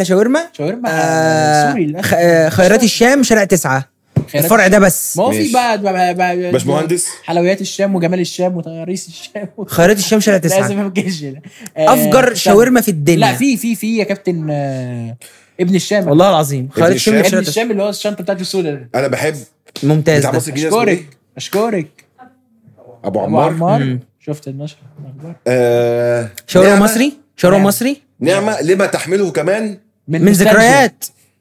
سوري. خيرات الشام شارع 9 الفرع ده بس. ما هو في بقى باشمهندس حلويات الشام وجمال الشام وتغاريس الشام خيرات الشام شارع 9. لازم ما تجيش. افجر شاورما في الدنيا. لا في يا كابتن ابن الشام والله العظيم خالد الشام. ابن الشام اللي هو الشنطه بتاعته السوداء. انا بحب ممتاز ده. اشكرك ابو عمار. شفت النشر شاورما مصري. شاورما مصري نعمه لما تحمله كمان من ذكريات.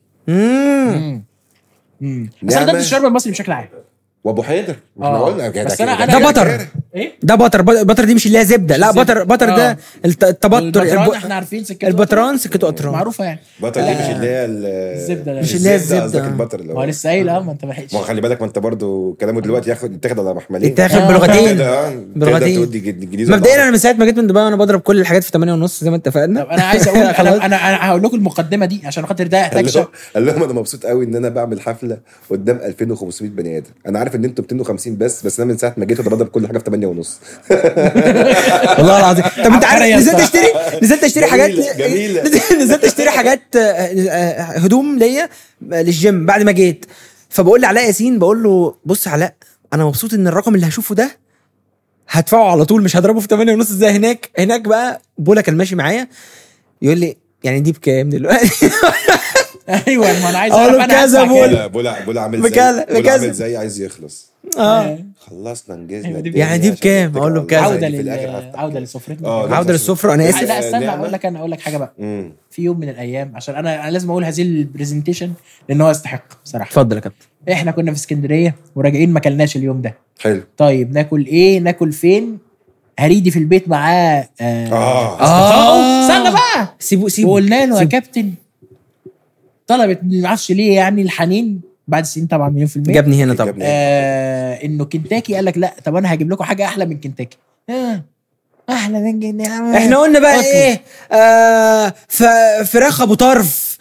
بس انا ضد الشاورما المصري بشكل عام. وابو حيدر احنا قلنا بس انا ده بطر. ايه ده بطر دي مش اللي هي زبده، لا بطر ده التبطر. احنا عارفين سكته البطران سكته قطران معروفه يعني. بطر دي مش اللي هي الزبده، مش اللي هي الزبده. البطر اللي هو لسه قايل ما انت ما لحقتش. ما خلي بالك ما انت برضو كلامه دلوقتي يتاخد على محملين، يتاخد بلغتين. مبدئيا انا من ساعه ما جيت من دبي وانا بضرب كل الحاجات في 8:30 زي ما اتفقنا. طب انا عايز اقول انا هقول لكم المقدمه دي عشان خاطر ده يحتاج قال لهم انا مبسوط قوي ان انا بعمل حفله قدام 2500 بني ادم. انا عارف ان انتوا 250 بس انا من ساعه ما جيت بضرب كل حاجه في 8:30 والله العظيم. طب انت عارف نزلت اشتري حاجات جميله نزلت اشتري حاجات هدوم ليا للجيم بعد ما جيت. فبقول لي علاء ياسين، بقول له بص علاء انا مبسوط ان الرقم اللي هشوفه ده هدفعه على طول، مش هضربه في 8:30 زي هناك بقى. بولا كان ماشي معايا يقول لي يعني دي بكام دلوقتي؟ ايوه ما انا عايز اعرف. انا بولا عامل زي عايز يخلص. خلصنا نجزنا يعني دي بكام؟ اقول له بكذا. عوده لسفرتنا. عوده للسفره. انا اسف. لا استنى اقول لك حاجه بقى. في يوم من الايام عشان انا لازم اقول هذه البرزنتيشن لان هو يستحق بصراحه. اتفضل يا كابتن. احنا كنا في اسكندريه وراجعين ما كلناش اليوم ده. حلو. طيب ناكل ايه؟ ناكل فين؟ هريدي في البيت معاه استنى بقى. سيبوا وقلنا له يا كابتن طلبت ما اعرفش ليه يعني الحنين بعد سنين طبعا مليون في المية جابني هنا طبعا انه كنتاكي قال لك لا طب انا هجيب لكم حاجه احلى من كنتاكي. احلى من كنتاكي. احنا قلنا بقى ايه فراخ ابو طرف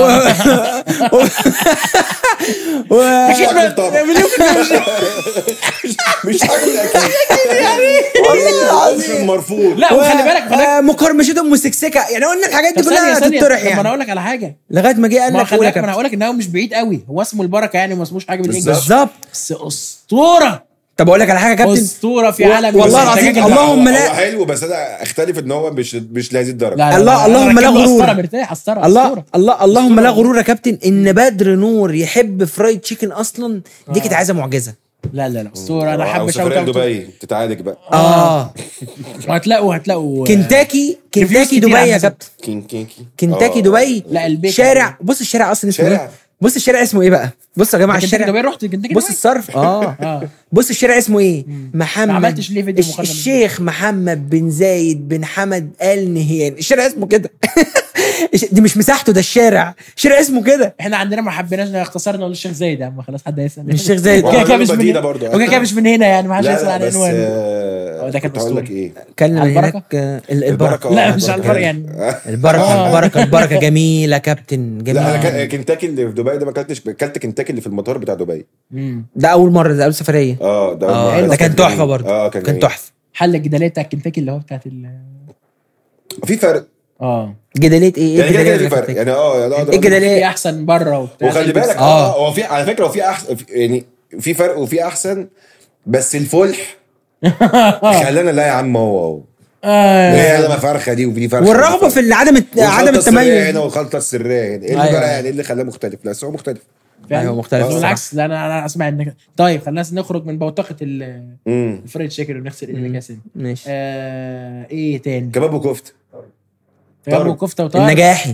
مش حاجه يعني والله العظيم مرفوض. لا وخلي بالك مقرمشتهم مسكسكه يعني قلنا الحاجات دي كلها هتطرح يعني. ما انا اقول لك على حاجه لغايه ما جه قال لك ما انا هقول لك ان هو مش بعيد قوي. هو اسمه البركه يعني ما اسموش حاجه بالانجليزي بالظبط بس اسطوره. طب اقول لك على حاجه يا كابتن اسطوره في عالم والله العظيم. اللهم لا حلو بس انا اختلف ان هو مش لهذه الدرجه. اللهم لا غرور. مرتاح اللهم لا غرور يا كابتن. ان بدر نور يحب فرايد تشيكن اصلا دي كانت عايزه معجزه. لا اسطوره. انا حابب اشوفها دبي تتعالج بقى. هتلاقوا كنتاكي دبي يا كابتن. كنتاكي دبي. لا البيت شارع. بص الشارع اصلا اسمه ايه؟ بص الشارع اسمه ايه بقى؟ بص يا جماعه الشارع دبي. رحت كنتاكي بص الصرف بص الشارع اسمه ايه؟ محمد. ما عملتش ليه فيديو مقارنه؟ الشيخ محمد بن زايد بن حمد آل نهيان. الشارع اسمه كده. دي مش مساحته ده الشارع اسمه كده. احنا عندنا ما حبيناش اختصرنا نقول الشيخ زايد يا عم خلاص حد هيسال. الشيخ زايد كده مش من هنا يعني ما حدش يسال عن عنوان. ده كنت اقول لك ايه؟ كلمه هناك البركه. لا مش على البركه يعني البركه جميله كابتن جميله. لا انا كنتاكي اللي في دبي ده ما اكلتش. اكلت كنتاكي اللي في المطار بتاع دبي. ده اول مره. ده اول سفريه. ده كان تحفه برضه. كان تحفه. حل الجداليه بتاع كنتاكي اللي هو بتاعت في فرق. جداليه ايه؟ يعني كده في فرق يعني الجداليه احسن بره وبتاع. وخلي بالك هو في على فكره وفي احسن يعني في فرق وفي احسن بس الفلح خلانا لا يا عم هو هي لما فرخه دي وفي فرخه والرغبه في عدم التميز هنا والخلطه السريه ايه اللي بقى يعني ايه اللي خلاه مختلف؟ لا هو مختلف. ايوه مختلف بالعكس. لا انا اسمع انك طيب خلينا نخرج من بوتقه الفرايد تشيكن ونغسل ايدينا. ماشي. ايه تاني؟ كباب وكفته. النجاحي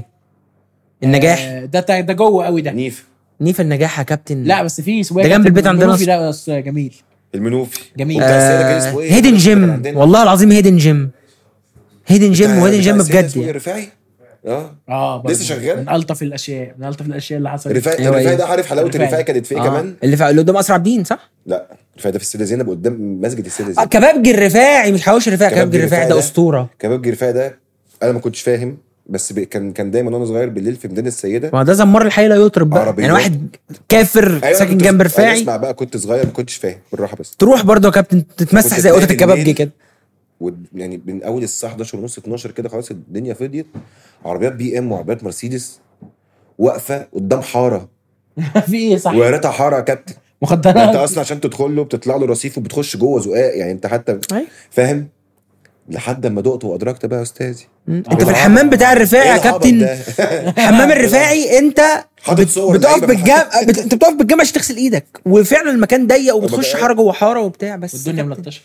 ده جوه قوي. ده نيف النجاح يا كابتن. لا بس في سواق ده جنب البيت عندنا. ده جميل. المنوفي جميل. هيدن جيم والله العظيم. هيدن جيم وهيدن جيم بجد. رفاعي لسه شغال. من الطف الاشياء اللي حصلت. رفاعي ده عارف حلاوه الرفاعي كانت فيه كمان. اللي قدام قصر عابدين صح؟ لا رفاعي ده في السيده زينب قدام مسجد السيده زينب. كبابجي الرفاعي مش حواوشي الرفاعي. كبابجي الرفاعي ده اسطوره. كبابجي الرفاعي ده انا ما كنتش فاهم بس كان دايما وانا صغير بالليل في ميدان السيده. ما ده زمار الحي لا يطرب بقى يعني واحد كافر ساكن جنب رفاعي. اسمع بقى كنت صغير ما كنتش فاهم بالراحه بس تروح برضه يا كابتن تتمسح زي قطه الكبابجي كده. يعني من اول الساعه 11 ونص 12 كده خلاص الدنيا فضيت. عربيات بي ام وعربيات مرسيدس واقفه قدام حاره في ايه صح؟ ويا ريتها حاره يا كابتن مخدرات. انت اصلا عشان تدخل له بتطلع له رصيف وبتخش جوه زقاق يعني انت حتى فاهم. لحد ما دقت وادركت بقى يا استاذي. انت في الحمام بتاع الرفاعي يا كابتن، حمام الرفاعي انت بتقف انت بتقف بالجامعه عشان تغسل ايدك، وفعلا المكان ضيق وبتخش حاره جوه حاره وبتاع، بس والدنيا ملطشه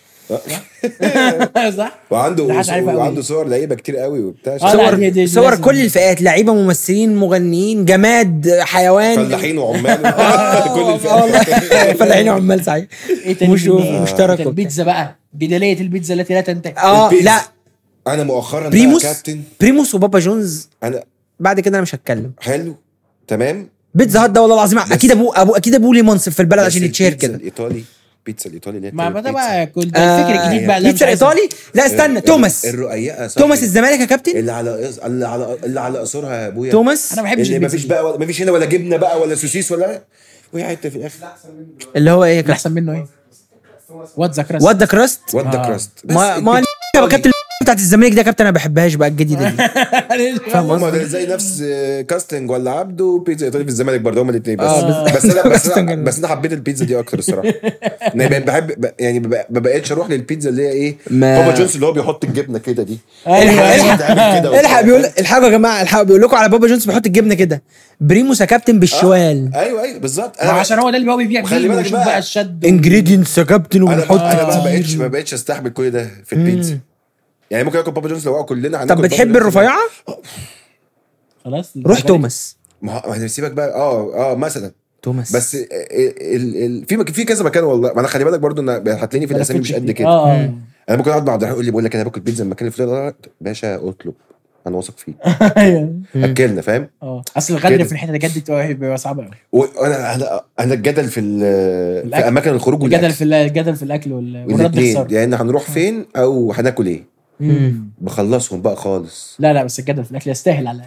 صح. وعنده صور لعيبه كتير قوي وبتاع، صور كل الفئات، لعيبه، ممثلين، مغنيين، جماد، حيوان، فلاحين وعمال كل الفئات. فلاحين وعمال صحيح. مشترك. البيتزا بقى، بدايه البيتزا التي لا تنتهي. لا انا مؤخرا بريموس وبابا جونز. انا بعد كده انا مش هتكلم. حلو تمام. بيتزا هات ده والله العظيم اكيد ابوه ليه منصب في البلد عشان يتشير كده. بيتزا الايطالي اللي ما بدا بقى كل الفكر الجديد بقى. بيتزا الايطالي لا استنى، توماس الرقيقه، توماس الزمالك يا كابتن، اللي على قصرها يا ابويا. توماس انا ما بحبش اللي ما فيش هنا ولا جبنه بقى ولا سوسيس ولا وهي حته في الاخر. اللي هو ايه احسن منه ايه؟ وات ذا كراست ما كابتن بتاعت الزمالك ده كابتن انا بحبهاش بقى الجديده دي. فاهم قصدي؟ زي نفس كاستنج ولا عبده بيتزا ايطالي في الزمالك برضه، هما الاثنين بس انا حبيت البيتزا دي اكتر الصراحه. انا بحب يعني ما بقيتش اروح للبيتزا اللي هي ايه بابا جونز اللي هو بيحط الجبنه كده دي. الحق بيقول الحاجه يا جماعه، الحق بيقول لكم على بابا جونز بيحط الجبنه كده. بريموس يا كابتن بالشوال. ايوه بالظبط. عشان هو ده اللي هو بيبيع فيه، ويشوف بقى الشد انجريدينتس يا كابتن وبنحط. انا ما بقتش استحمل كل ده في البيتزا. يعني ممكن اكل بابا جونز لو كلنا. طب بتحب الرفيعه؟ خلاص روح توماس. ما هنسيبك بقى مثلا توماس. بس في كذا مكان والله. ما انا خلي بالك برضو ان هتلاقيني في الاسامي مش قد كده. انا ممكن اقعد مع عبد الرحمن يقول لي بقول لك انا باكل بيتزا المكان الفلاني، باشا اطلب انا واثق فيك. اكلنا فاهم. اصل الغدر في الحته دي بيبقى صعب قوي. وانا الجدل في اماكن الخروج، الجدل في الاكل والرد الصرف، يعني هنروح فين او هناكل ايه. بخلصهم بقى خالص. لا بس الجدل في الاكل يستاهل على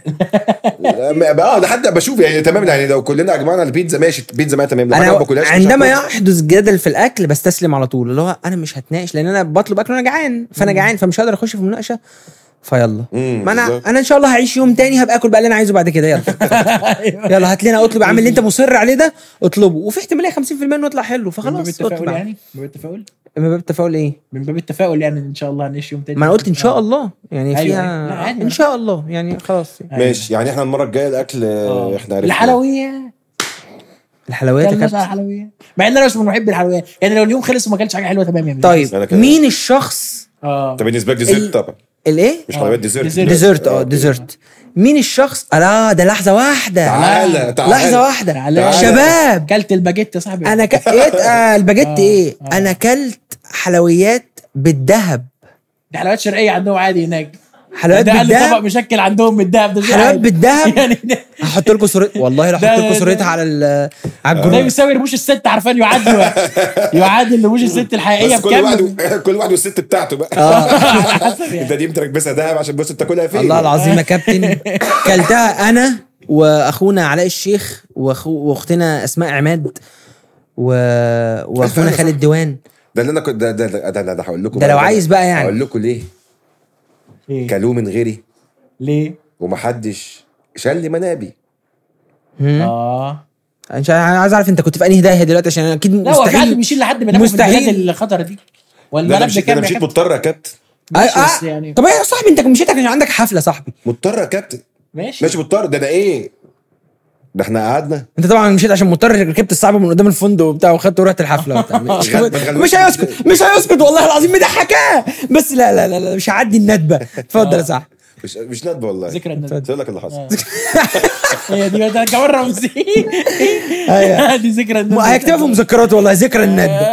بقى ده حتى بشوف يعني تمام. يعني لو كلنا اجمعنا البيتزا ماشي، البيتزا ما تمام. انا باكلهاش عندما يحدث جدل في الاكل بستسلم على طول، اللي هو انا مش هتناقش لان انا بطلب اكل وانا جعان، فانا جعان فمش هقدر اخش في مناقشه. فيلا ما انا ان شاء الله هعيش يوم تاني هبقى اكل بقى اللي انا عايزه بعد كده. يلا هات لنا اطلب، اعمل اللي انت مصر عليه ده اطلبه، وفي احتماليه 50% انه يطلع حلو، فخلاص اطلب. يعني من باب التفاؤل. من باب التفاؤل ايه؟ من باب التفاؤل يعني ان شاء الله هنعيش يوم تاني. ما انا قلت ان شاء الله يعني فيها ان شاء الله يعني خلاص ماشي. يعني احنا المره الجايه الاكل احنا الحلويات يا كابتن. مع ان انا مش من محب الحلويات، يعني لو اليوم خلص وما اكلتش حاجه حلوه تمام يعني. طيب مين الشخص طب بالنسبه لك ديزرت طبعا الايه؟ مش حلويات، ديزرت. ديزرت. مين الشخص؟ ده لحظه واحده. تعالى لحظه واحده شباب. كلت الباجيت يا صاحبي. انا الباجيت ايه؟ انا كلت حلويات بالذهب. دي حلويات شرقيه عندهم عادي هناك. حلويات بالذهب. طبق مشكل عندهم بالذهب. ده حلويات بالذهب يعني. هحط لكم صورتها والله، لو هحط لكم صورتها على الجروب. ده يساوي رموش الست عارفين، يعادل رموش الست الحقيقيه بكام. كل واحد والست بتاعته بقى. انت دي بتركبسها ذهب عشان بص بتاكلها فين. الله العظيم يا كابتن كلتها انا واخونا علاء الشيخ واختنا اسماء عماد واخونا خالد ديوان. ده اللي انا كنت ده هقول لكم. ده لو عايز بقى يعني هقول لكم ليه كلوه من غيري ليه ومحدش شال لي منابي. انا عايز اعرف انت كنت في انهي داهيه دلوقتي، عشان اكيد مستحيل. لا هو بيشيل لحد ما مستحيل الخطر دي. ولا انا مشيت مضطر يا كابتن. يعني طب يا صاحبي انت مشيت عشان عندك حفله صاحبي. مضطر يا كابتن. ماشي مضطر. ده ايه ده احنا قعدنا. انت طبعا مشيت عشان مضطر، ركبت الصعب من قدام الفندق وبتاع وخدت ورحت الحفله مش هيسكت والله العظيم مضحكاه. بس لا مش هعدي الندبه. اتفضل يا صاحبي. مش ندبه والله، ذكرى الندبه. اقول لك اللي حصل. هي دي ده كمان رمزي. دي ذكرى الندبه. هيكتبها في مذكرات والله ذكرى الندبه.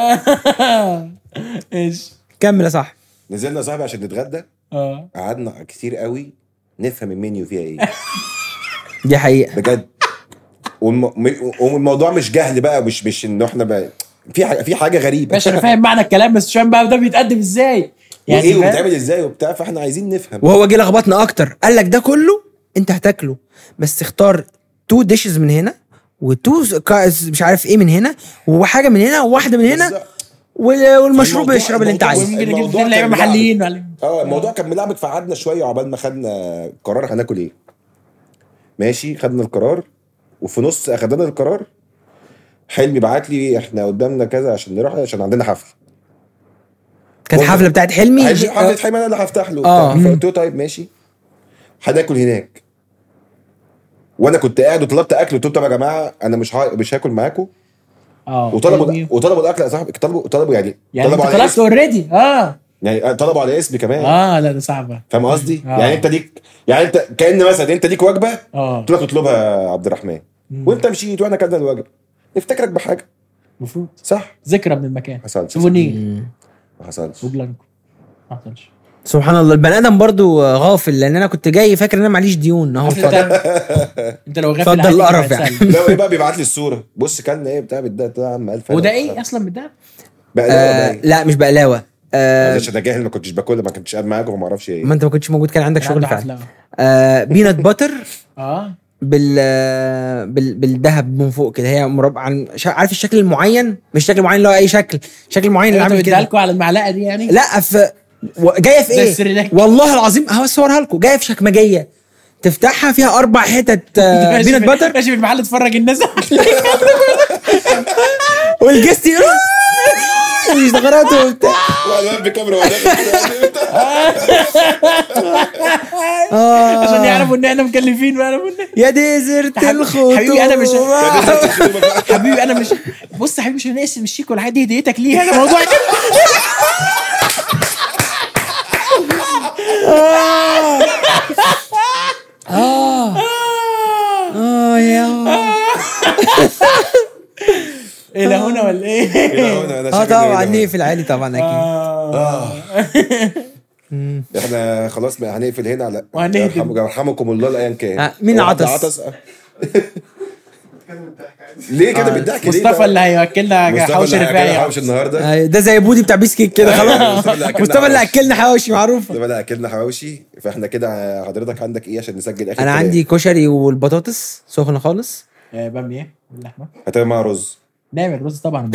ايش كمل يا صاحبي. نزلنا يا صاحبي عشان نتغدى. قعدنا كتير قوي نفهم المنيو فيها ايه. دي حقيقه بجد. والموضوع مش جهل بقى، مش انه احنا بقى في حاجه غريبه. ماشي انا فاهم معنى الكلام، بس مش فاهم بقى ده بيتقدم ازاي يعني ايه وبيتعمل ازاي وبتاع، فاحنا عايزين نفهم. وهو جه لخبطنا اكتر، قال لك ده كله انت هتاكله بس اختار 2 ديشز من هنا و2 مش عارف ايه من هنا وحاجه من هنا وواحده من هنا والمشروب يشرب اللي انت عايزه. اللعيبه محليين. الموضوع كان ملعبك، فقعدنا شويه عقبال ما خدنا قرار هناكل ايه. ماشي خدنا القرار، وفي نص اخدنا القرار حلمي بعت لي احنا قدامنا كذا عشان نروح عشان عندنا حفله. كانت حفله بتاعت حلمي حفله حلمي انا اللي هفتح له. فقلت له طيب ماشي هناكل هناك، وانا كنت قاعد وطلبت اكل وقلت لهم يا جماعه انا مش هاكل معاكم. وطلبوا الاكل يا صاحبي، طلبوا يعني طلبوا على اسمي اوريدي يعني طلبوا على اسمي كمان. لا ده صعبه، فاهم قصدي؟ يعني انت ليك، يعني انت كأن مثلا انت ليك وجبه قلت لك اطلبها يا عبد الرحمن وانت مشيت وانا كلنا الوجبه، نفتكرك بحاجه المفروض صح، ذكرى من المكان، سوفونير ما حصلش وبلانكو ما حصلش. سبحان الله البني ادم برضو غافل، لان انا كنت جاي فاكر ان انا معليش ديون اهو. انت لو غافل اتفضل القرف يعني. لو ايه بقى بيبعت لي الصوره بص كلنا ايه بتاع ده يا عم 1000. وده ايه اصلا بالده؟ لا مش بقلاوه عشان انا جاهل ما كنتش باكلها، ما كنتش قاعد معاكم وما اعرفش ايه. ما انت ما كنتش موجود، كان عندك شغل فعلا. بينات باتر بالذهب من فوق كده، هي مربع عارف الشكل المعين، مش شكل معين اللي هو اي شكل معين اللي عامل كده. لكم على المعلقه دي يعني؟ لا في جايه في ايه والله العظيم هصورها لكم، جايه في شكمجيه تفتحها فيها 4 حتت بينات باتر. ماشي في المحل تفرج الناس والجست اشتغلته وبتاع وانا بكاميرا عشان يعرفوا ان احنا مكلفين بقى. يا ديزرت الخطوبه حبيبي انا مش بص يا حبيبي مش هنقسم الشيك ولا حاجه، دي هديتك ليها انا موضوع يا الى هنا ولا ايه؟ طبعا نقفل عالي طبعا اكيد. احنا خلاص هنقفل هنا على يرحمكم الله الايام كان. مين عطس؟ ليه كده بتضحك؟ مصطفى اللي هياكلنا حواوشي رفاعي حواوشي النهارده، ده زي بودي بتاع بيسكيت كده خلاص. مصطفى اللي اكلنا حواوشي معروف، ده اللي اكلنا حواوشي. فاحنا كده حضرتك عندك ايه عشان نسجل اخر؟ انا عندي كشري والبطاطس سخنه خالص، باميه باللحمه، هتعمل معاها رز. نعمل رز طبعا.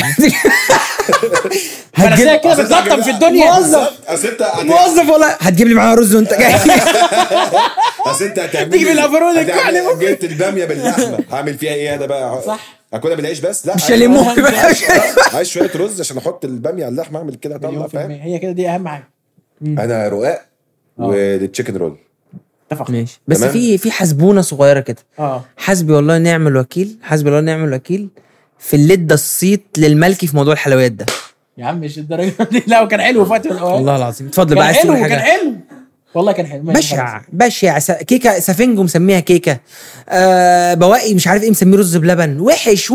هتجيب كده بتزطم في الدنيا موظف والله، هتجيب لي معاها رز وانت جاي. اصل انت هتعمل تجيب الافرود الكحل، جبت الباميه باللحمه هعمل فيها ايه انا بقى؟ صح هاكلها بالعيش بس؟ لا مش ليمون، عايز شويه رز عشان احط الباميه على اللحمه اعمل كده طبعا. فاهم؟ هي كده دي اهم حاجه. انا رقاق والتشيكن رول. اتفق ماشي. بس في حسبونه صغيره كده. حسبي والله نعم الوكيل، حسبي الله نعم الوكيل في اللدة الصيت للملكي في موضوع الحلويات ده. يا عم مش الدرجه دي. لا وكان حلو فاتح الاوقات والله العظيم. اتفضل بقى. كان حلو والله كان حلو. بشع كيكه سفنجو مسميها كيكه. بواقي مش عارف ايه مسميه رز بلبن. وحش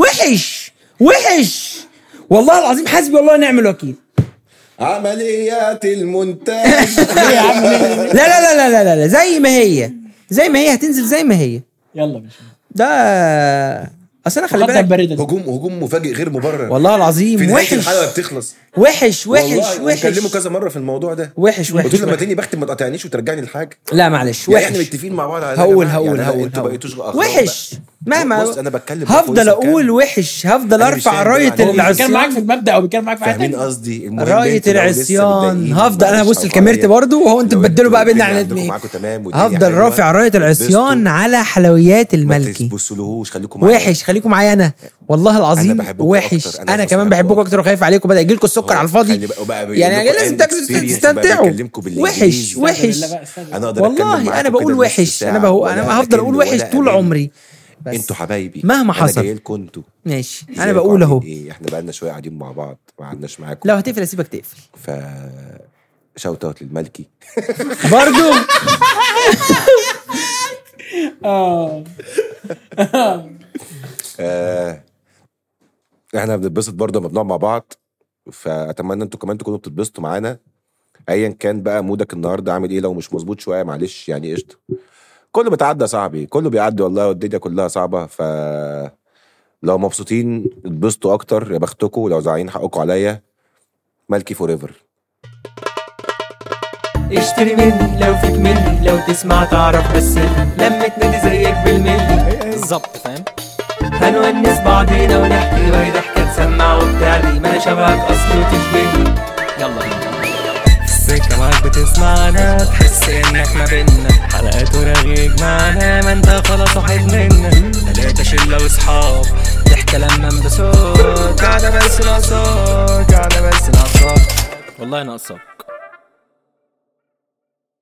والله العظيم. حسبي والله نعم الوكيل. عمليات المونتاج. يا عم لا زي ما هي هتنزل زي ما هي. يلا مش ده اصل انا خلي بالك هجوم مفاجئ غير مبرر والله العظيم. في نهايه الحلقه بتخلص وحش بكلمه كذا مره في الموضوع ده. وحش قلت له لما تاني بختم ما تقاطعنيش وترجعني الحاجه. لا معلش يعني احنا متفقين مع بعض على هقول وحش مهما بص انا بتكلم هفضل اقول وحش، هفضل ارفع رايه العصيان. بيتكلم معاك في المبدا او بيتكلم معاك في حاجه فاهمين قصدي؟ رايه العصيان هفضل انا بص الكاميرتي برضو وهو انتوا تبدلوا بقى بيننا على الاثنين. هفضل رافع رايه العصيان على حلويات الملكي. ما تبصلوش، خليكم معايا. وحش خليكم معايا انا والله العظيم. وحش انا كمان بحبكم اكتر وخايف عليكم بدا يجي لكم السكر على الفاضي يعني لازم تستمتعوا. وحش انا اقدر والله انا بقول وحش. انا هفضل اقول وحش طول عمري. انتوا حبايبي مهما حصل انا جاي لكم انتوا ماشي. انا بقول اهو احنا بقالنا شويه قاعدين مع بعض ما قعدناش معاكم. لو هتقفل اسيبك تقفل. شوت اوت للملكي برضو. احنا بنتبسط برضه لما بنقعد مع بعض، فاتمنى انتوا كمان تكونوا بتتبسطوا معانا ايا كان بقى مودك النهارده عامل ايه. لو مش مظبوط شويه معلش يعني قشطه، كله بيتعدى صاحبي، كله بيعدي والله، والدنيا كلها صعبه. لو مبسوطين اتبسطوا اكتر يا بختكم، ولو زعلانين حقكم عليا. ملكي فور ايفر. اشتري مني لو فيك مني، لو تسمع تعرف بس لما نادي زيك بالملي بالظبط فاهم. هنونس بعضينا ونحكي وهي ضحكة تسمع وبتعلي، ما انا شبهك اصلي وتشبهني. يلا بينا السكة معاك بتسمعنا، تحس انك ما بينا حلقات ورغيك معنا، ما انت خلاص واحد منا. 3 شلة واصحاب ضحكة لما انبسط، قاعدة بس ناقصاك والله ناقصاك.